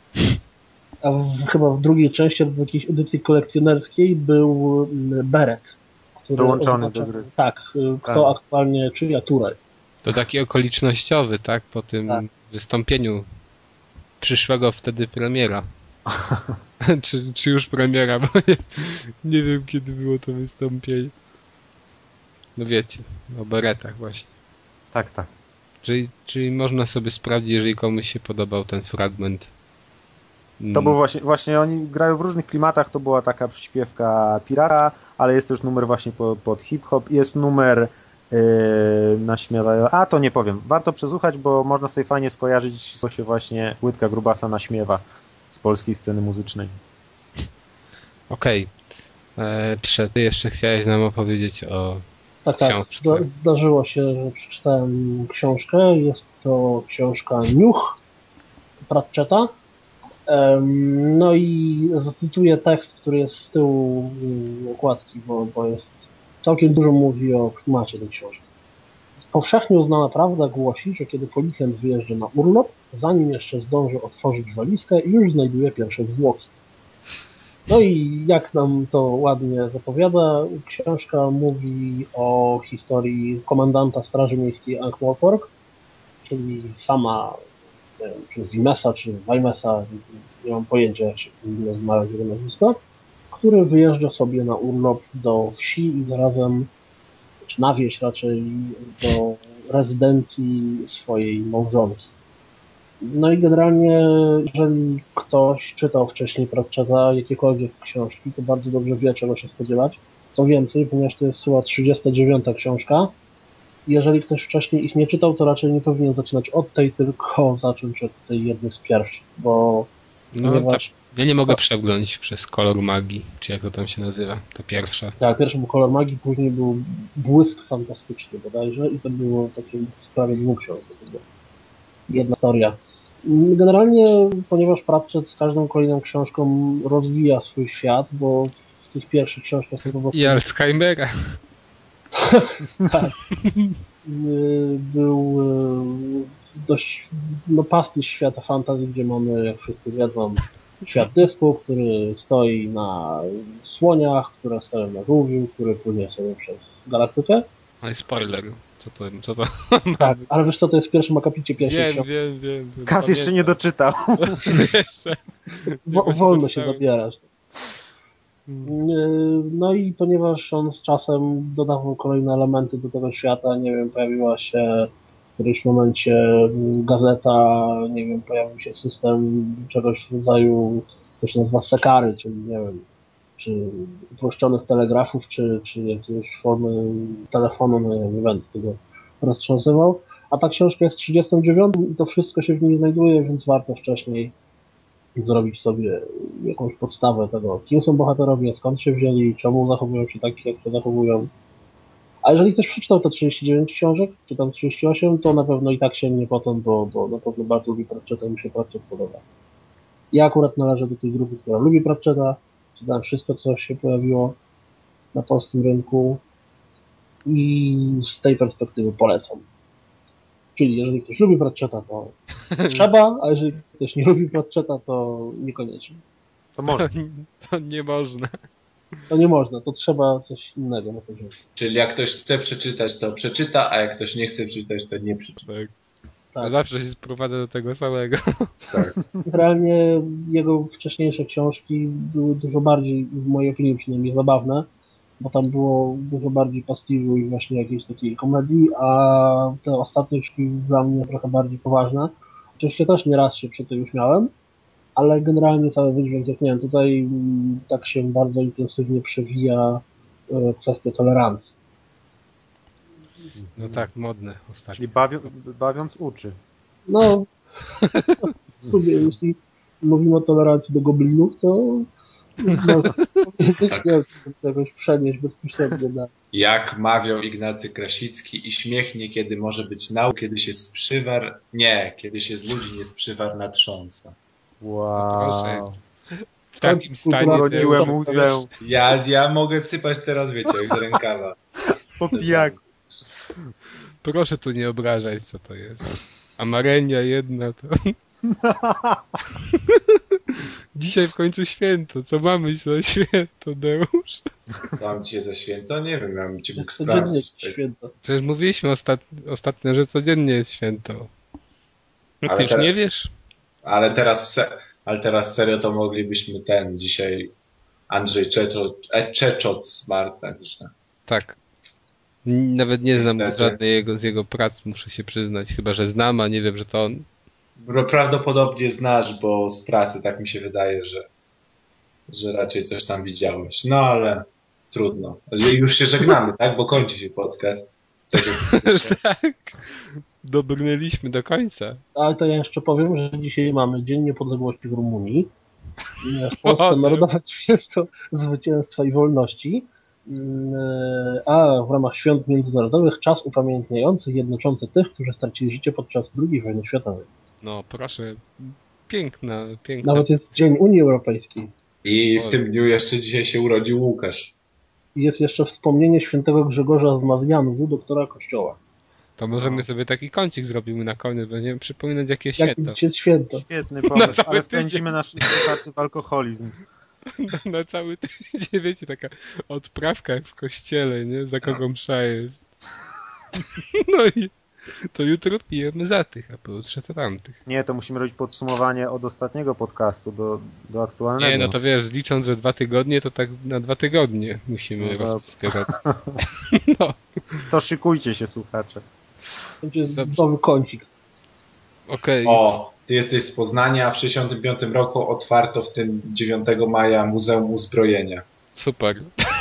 A w, chyba w drugiej części, w jakiejś edycji kolekcjonerskiej był beret. Dołączony oznacza, do gry. Tak, kto tak. aktualnie, czyja tura. To taki okolicznościowy, tak? Po tym tak. wystąpieniu przyszłego wtedy premiera. czy, czy już premiera, bo nie, nie wiem, kiedy było to wystąpienie. No wiecie, o beretach właśnie. Tak, tak. Czyli, czyli można sobie sprawdzić, jeżeli komuś się podobał ten fragment. To był właśnie, właśnie oni grają w różnych klimatach, to była taka przyśpiewka pirata, ale jest też numer właśnie pod, pod hip-hop, jest numer yy, na śmiewa. A to nie powiem, warto przesłuchać, bo można sobie fajnie skojarzyć, co się właśnie Łydka Grubasa naśmiewa z polskiej sceny muzycznej. Okej. Okay. Ty jeszcze chciałeś nam opowiedzieć o tak, książce. Tak, zdarzyło się, że przeczytałem książkę, jest to książka Niuch Pratchetta. No i zacytuję tekst, który jest z tyłu okładki, bo, bo jest całkiem dużo mówi o klimacie tej książki. Powszechnie uznana prawda głosi, że kiedy policjant wyjeżdża na urlop, zanim jeszcze zdąży otworzyć walizkę, już znajduje pierwsze zwłoki. No i jak nam to ładnie zapowiada, książka mówi o historii komendanta Straży Miejskiej Ankh-Morpork, czyli sama nie wiem, czy Wimesa, czy Wajmesa, nie mam pojęcia, jak się nazywa jego nazwisko, który wyjeżdża sobie na urlop do wsi i zarazem, czy na wieś raczej, do rezydencji swojej małżonki. No i generalnie, jeżeli ktoś czytał wcześniej Pratchetta jakiekolwiek książki, to bardzo dobrze wie, czego się spodziewać. Co więcej, ponieważ to jest chyba trzydziesta dziewiąta książka, jeżeli ktoś wcześniej ich nie czytał, to raczej nie powinien zaczynać od tej, tylko zacząć od tej jednej z pierwszych, bo no, ponieważ... Tak. Ja nie mogę przeglądać przez Kolor Magii, czy jak to tam się nazywa, to pierwsza. Tak, pierwszy był Kolor Magii, później był Błysk Fantastyczny bodajże i to było takie w sprawie dwóch książek. Jedna historia. Generalnie, ponieważ Pratchett z każdą kolejną książką rozwija swój świat, bo w tych pierwszych książkach... I Alzheimera. Tak. Był dość no, pastisz świata fantasy, gdzie mamy, jak wszyscy wiedzą, świat dysku, który stoi na słoniach, które stoją na żółwiu, który płynie sobie przez galaktykę. Oj, spoiler. Co to, co to? Tak, ale wiesz co, to jest w pierwszym akapicie pierwszej Wiem, książki. wiem, wiem. wiem. Kaz jeszcze nie doczytał. Jeszcze. Wo- wolno się zabierasz. No i ponieważ on z czasem dodawał kolejne elementy do tego świata, nie wiem, pojawiła się w którymś momencie gazeta, nie wiem, pojawił się system czegoś w rodzaju, to się nazywa sekary, czyli nie wiem, czy uproszczonych telegrafów, czy, czy jakiejś formy telefonu, no nie będę tego roztrząsywał. A ta książka jest trzydziestą dziewiątą i to wszystko się w niej znajduje, więc warto wcześniej zrobić sobie jakąś podstawę tego, kim są bohaterowie, skąd się wzięli, czemu zachowują się tak, jak się zachowują. A jeżeli ktoś przeczytał te trzydzieści dziewięć książek, czy tam trzydzieści osiem, to na pewno i tak sięgnie potem, bo, bo na pewno bardzo lubi Pratchetta i mi się Pratchett podoba. Ja akurat należę do tej grupy, która lubi Pratchetta, czytałem wszystko, co się pojawiło na polskim rynku i z tej perspektywy polecam. Czyli jeżeli ktoś lubi Pratchetta, to trzeba, a jeżeli ktoś nie lubi Pratchetta, to niekoniecznie. To może. To nie można. To nie można, to trzeba coś innego na to wziąć. Czyli jak ktoś chce przeczytać, to przeczyta, a jak ktoś nie chce przeczytać, to nie przeczyta. Tak. Tak. Zawsze się sprowadza do tego samego. Tak. Realnie jego wcześniejsze książki były dużo bardziej, w mojej opinii przynajmniej, zabawne, bo tam było dużo bardziej pastiżu i właśnie jakiejś takiej komedii, a te ostatnie książki dla mnie trochę bardziej poważne. Oczywiście też nieraz się przy tym już miałem, ale generalnie cały wydźwięk jest, nie wiem, tutaj m, tak się bardzo intensywnie przewija e, kwestia tolerancji. No tak, modne ostatnio. Czyli bawią, bawiąc uczy. No, w sumie, jeśli mówimy o tolerancji do goblinów, to można powiedzieć, Tak. nie wiem, to jakoś przenieść bezpośrednio na... Jak mawiał Ignacy Krasicki, i śmiech niekiedy może być nał, kiedy się z przywar... Nie, kiedy się z ludzi nie z przywar natrząsa. Wow. W takim stanie... Broniłem łzę. Ja, ja mogę sypać teraz, wiecie, jak z rękawa. Po pijaku. Proszę tu nie obrażać, co to jest. Amarenia jedna to... Dzisiaj w końcu święto. Co mamy za święto, Deusz? Mam dzisiaj za święto? Nie wiem, miałem ci mógł Jest codziennie sprawdzić. święto. Przecież mówiliśmy ostat... ostatnio, że codziennie jest święto. No Ale ty już teraz- nie wiesz? Ale teraz, se... Ale teraz serio to moglibyśmy ten dzisiaj Andrzej Czeczot, e, Czeczot Smart, także. Tak. N- Nawet nie znam Niestety. żadnej jego, z jego prac, muszę się przyznać. Chyba, że znam, a nie wiem, że to on. Prawdopodobnie znasz, bo z prasy tak mi się wydaje, że, że raczej coś tam widziałeś. No ale trudno. Już się żegnamy, tak? Bo kończy się podcast. Z tego co słyszę. Tak. Dobrnęliśmy do końca. Ale to ja jeszcze powiem, że dzisiaj mamy Dzień Niepodległości w Rumunii. W Polsce O, Narodowe Święto Zwycięstwa i Wolności. Mm, A w ramach świąt międzynarodowych czas upamiętniający i jednoczący tych, którzy stracili życie podczas drugiej wojny światowej. No proszę. Piękna, piękna. Nawet jest Dzień Unii Europejskiej. I w tym dniu jeszcze dzisiaj się urodził Łukasz. I jest jeszcze wspomnienie świętego Grzegorza z Mazjanzu, doktora Kościoła. To możemy sobie taki kącik zrobimy na koniec. Będziemy przypominać, jakie Jakie święto. dzisiaj jest święto. Świetny Na pomysł, cały ale tydzień. wpędzimy naszych słuchaczy w alkoholizm. Na, na cały tydzień, wiecie, taka odprawka jak w kościele, nie? Za kogo msza jest. No i to jutro pijemy za tych, a pojutrze co tamtych. Nie, to musimy robić podsumowanie od ostatniego podcastu do, do aktualnego. Nie, no to wiesz, licząc, że dwa tygodnie, to tak na dwa tygodnie musimy No rozpiskę robić. No, To szykujcie się, słuchacze. Będzie nowy kącik. okej. O, ty jesteś z Poznania, w sześćdziesiątym piątym roku otwarto w tym dziewiątego maja Muzeum Uzbrojenia. Super.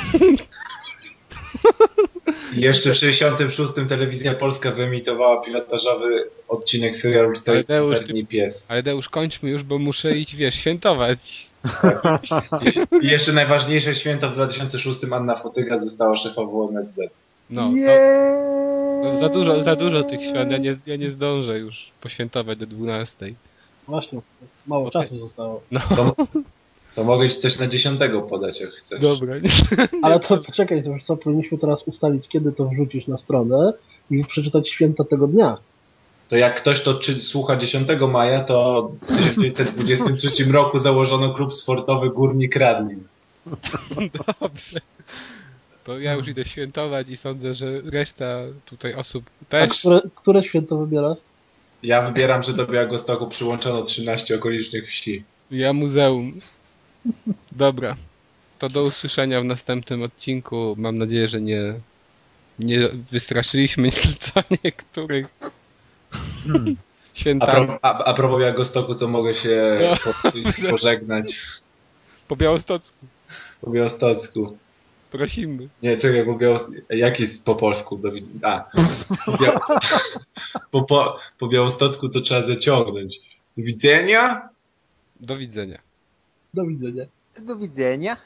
I jeszcze w sześćdziesiątym szóstym telewizja polska wyemitowała pilotażowy odcinek serialu Ale Cztery Deusz, Serni Pies. Ale Deusz, kończmy już, bo muszę iść, wiesz, świętować. I, I jeszcze najważniejsze święto w dwa tysiące szóstym Anna Fotyga została szefową M S Z. No, to, to za dużo, za dużo tych świąt, ja nie, ja nie zdążę już poświętować do dwunastej. Właśnie, mało Okej. czasu zostało. No, To, To mogę ci coś na dziesiątego podać, jak chcesz. Dobra. Ale to poczekaj, to już co, powinniśmy teraz ustalić, kiedy to wrzucić na stronę i przeczytać święta tego dnia. To jak ktoś to czy, słucha dziesiątego maja, to w tysiąc dziewięćset dwudziestym trzecim roku założono klub sportowy Górnik Radlin. Dobrze. To ja już idę świętować i sądzę, że reszta tutaj osób A też. które, które święto wybierasz? Ja wybieram, że do Białegostoku przyłączono trzynaście okolicznych wsi. Ja muzeum. Dobra. To do usłyszenia w następnym odcinku. Mam nadzieję, że nie, nie wystraszyliśmy co niektórych Hmm. A, świętami. pro, a, a propos Białegostoku, to mogę się No. po, pożegnać Po Białostocku. po Białostocku. Prosimy. Nie, czekaj, po Białostocku. Jak jest po polsku? Do widzenia. A. Po, Bia... po, po, po Białostocku to trzeba zaciągnąć. Do widzenia? Do widzenia. Do widzenia. Do widzenia.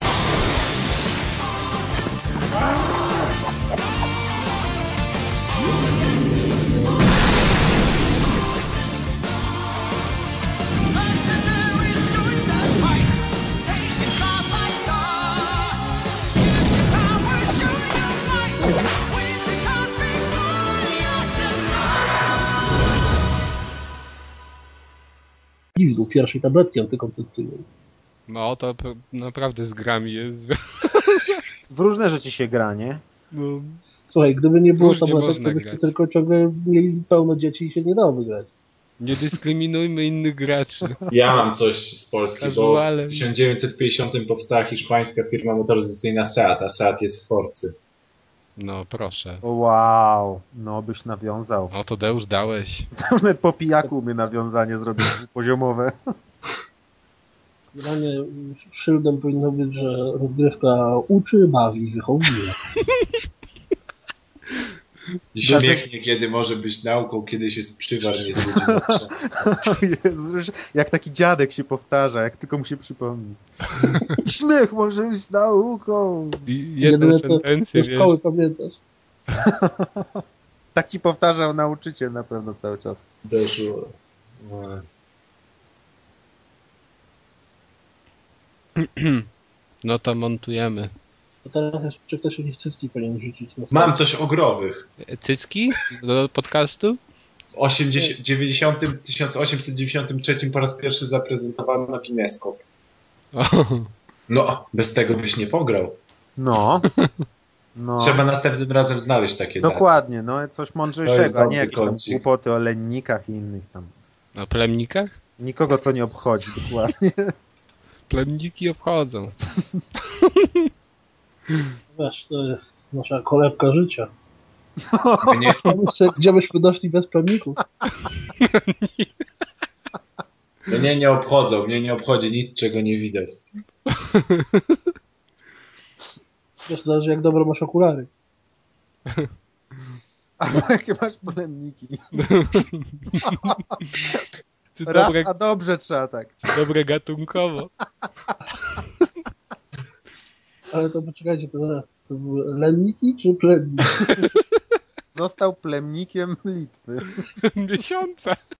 Dziwną pierwszej tabletki antykoncepcyjnej. No to p- naprawdę z grami jest. W różne rzeczy się gra, nie? No, Słuchaj, gdyby nie było Różnie tabletek, można to byśmy grać. tylko ciągle mieli pełno dzieci i się nie dało wygrać. nie dyskryminujmy innych graczy. Ja mam coś z Polski, bo Casualem. w tysiąc dziewięćset pięćdziesiątym powstała hiszpańska firma motoryzacyjna Seat, a Seat jest w Forcy. No proszę. Wow, no byś nawiązał. O, Tadeusz, dałeś. Nawet po pijaku umie nawiązanie zrobić poziomowe. Generalnie szyldem powinno być, że rozgrywka uczy, bawi, wychowuje. I śmiechnie, kiedy może być nauką, kiedy się z przywar nie zbudzi na czas. O Jezu, już jak taki dziadek się powtarza, jak tylko mu się przypomni. Śmiech może być nauką. I jedną Jedyne to sentencję, do wiesz. szkoły pamiętasz. Tak ci powtarzał nauczyciel na pewno cały czas. Doszło. No. No to montujemy. A teraz jeszcze ktoś jakieś cycki powinien rzucić. Na Mam coś o growych. Cycki do podcastu? W osiemdziesiątym, dziewięćdziesiątym, tysiąc osiemset dziewięćdziesiątym trzecim po raz pierwszy zaprezentowano kineskop. O, No, bez tego byś nie pograł. No. no. Trzeba następnym razem znaleźć takie daty. Dokładnie, no coś To mądrzejszego, jest a nie dobry jakieś tam kącik. głupoty o lennikach i innych tam. na plemnikach? Nikogo to nie obchodzi, dokładnie. Plemniki obchodzą. Wiesz, to jest nasza kolebka życia. Mnie, Gdzie byśmy doszli bez plemników? mnie nie obchodzą, mnie nie obchodzi nic, czego nie widać. Wiesz, zależy jak dobro masz okulary. Albo jakie masz polemniki. Czy Raz, dobre, a dobrze trzeba tak. czy dobre gatunkowo. Ale to poczekajcie, to zaraz. To były lenniki czy plemniki? Został plemnikiem Litwy. Miesiąca.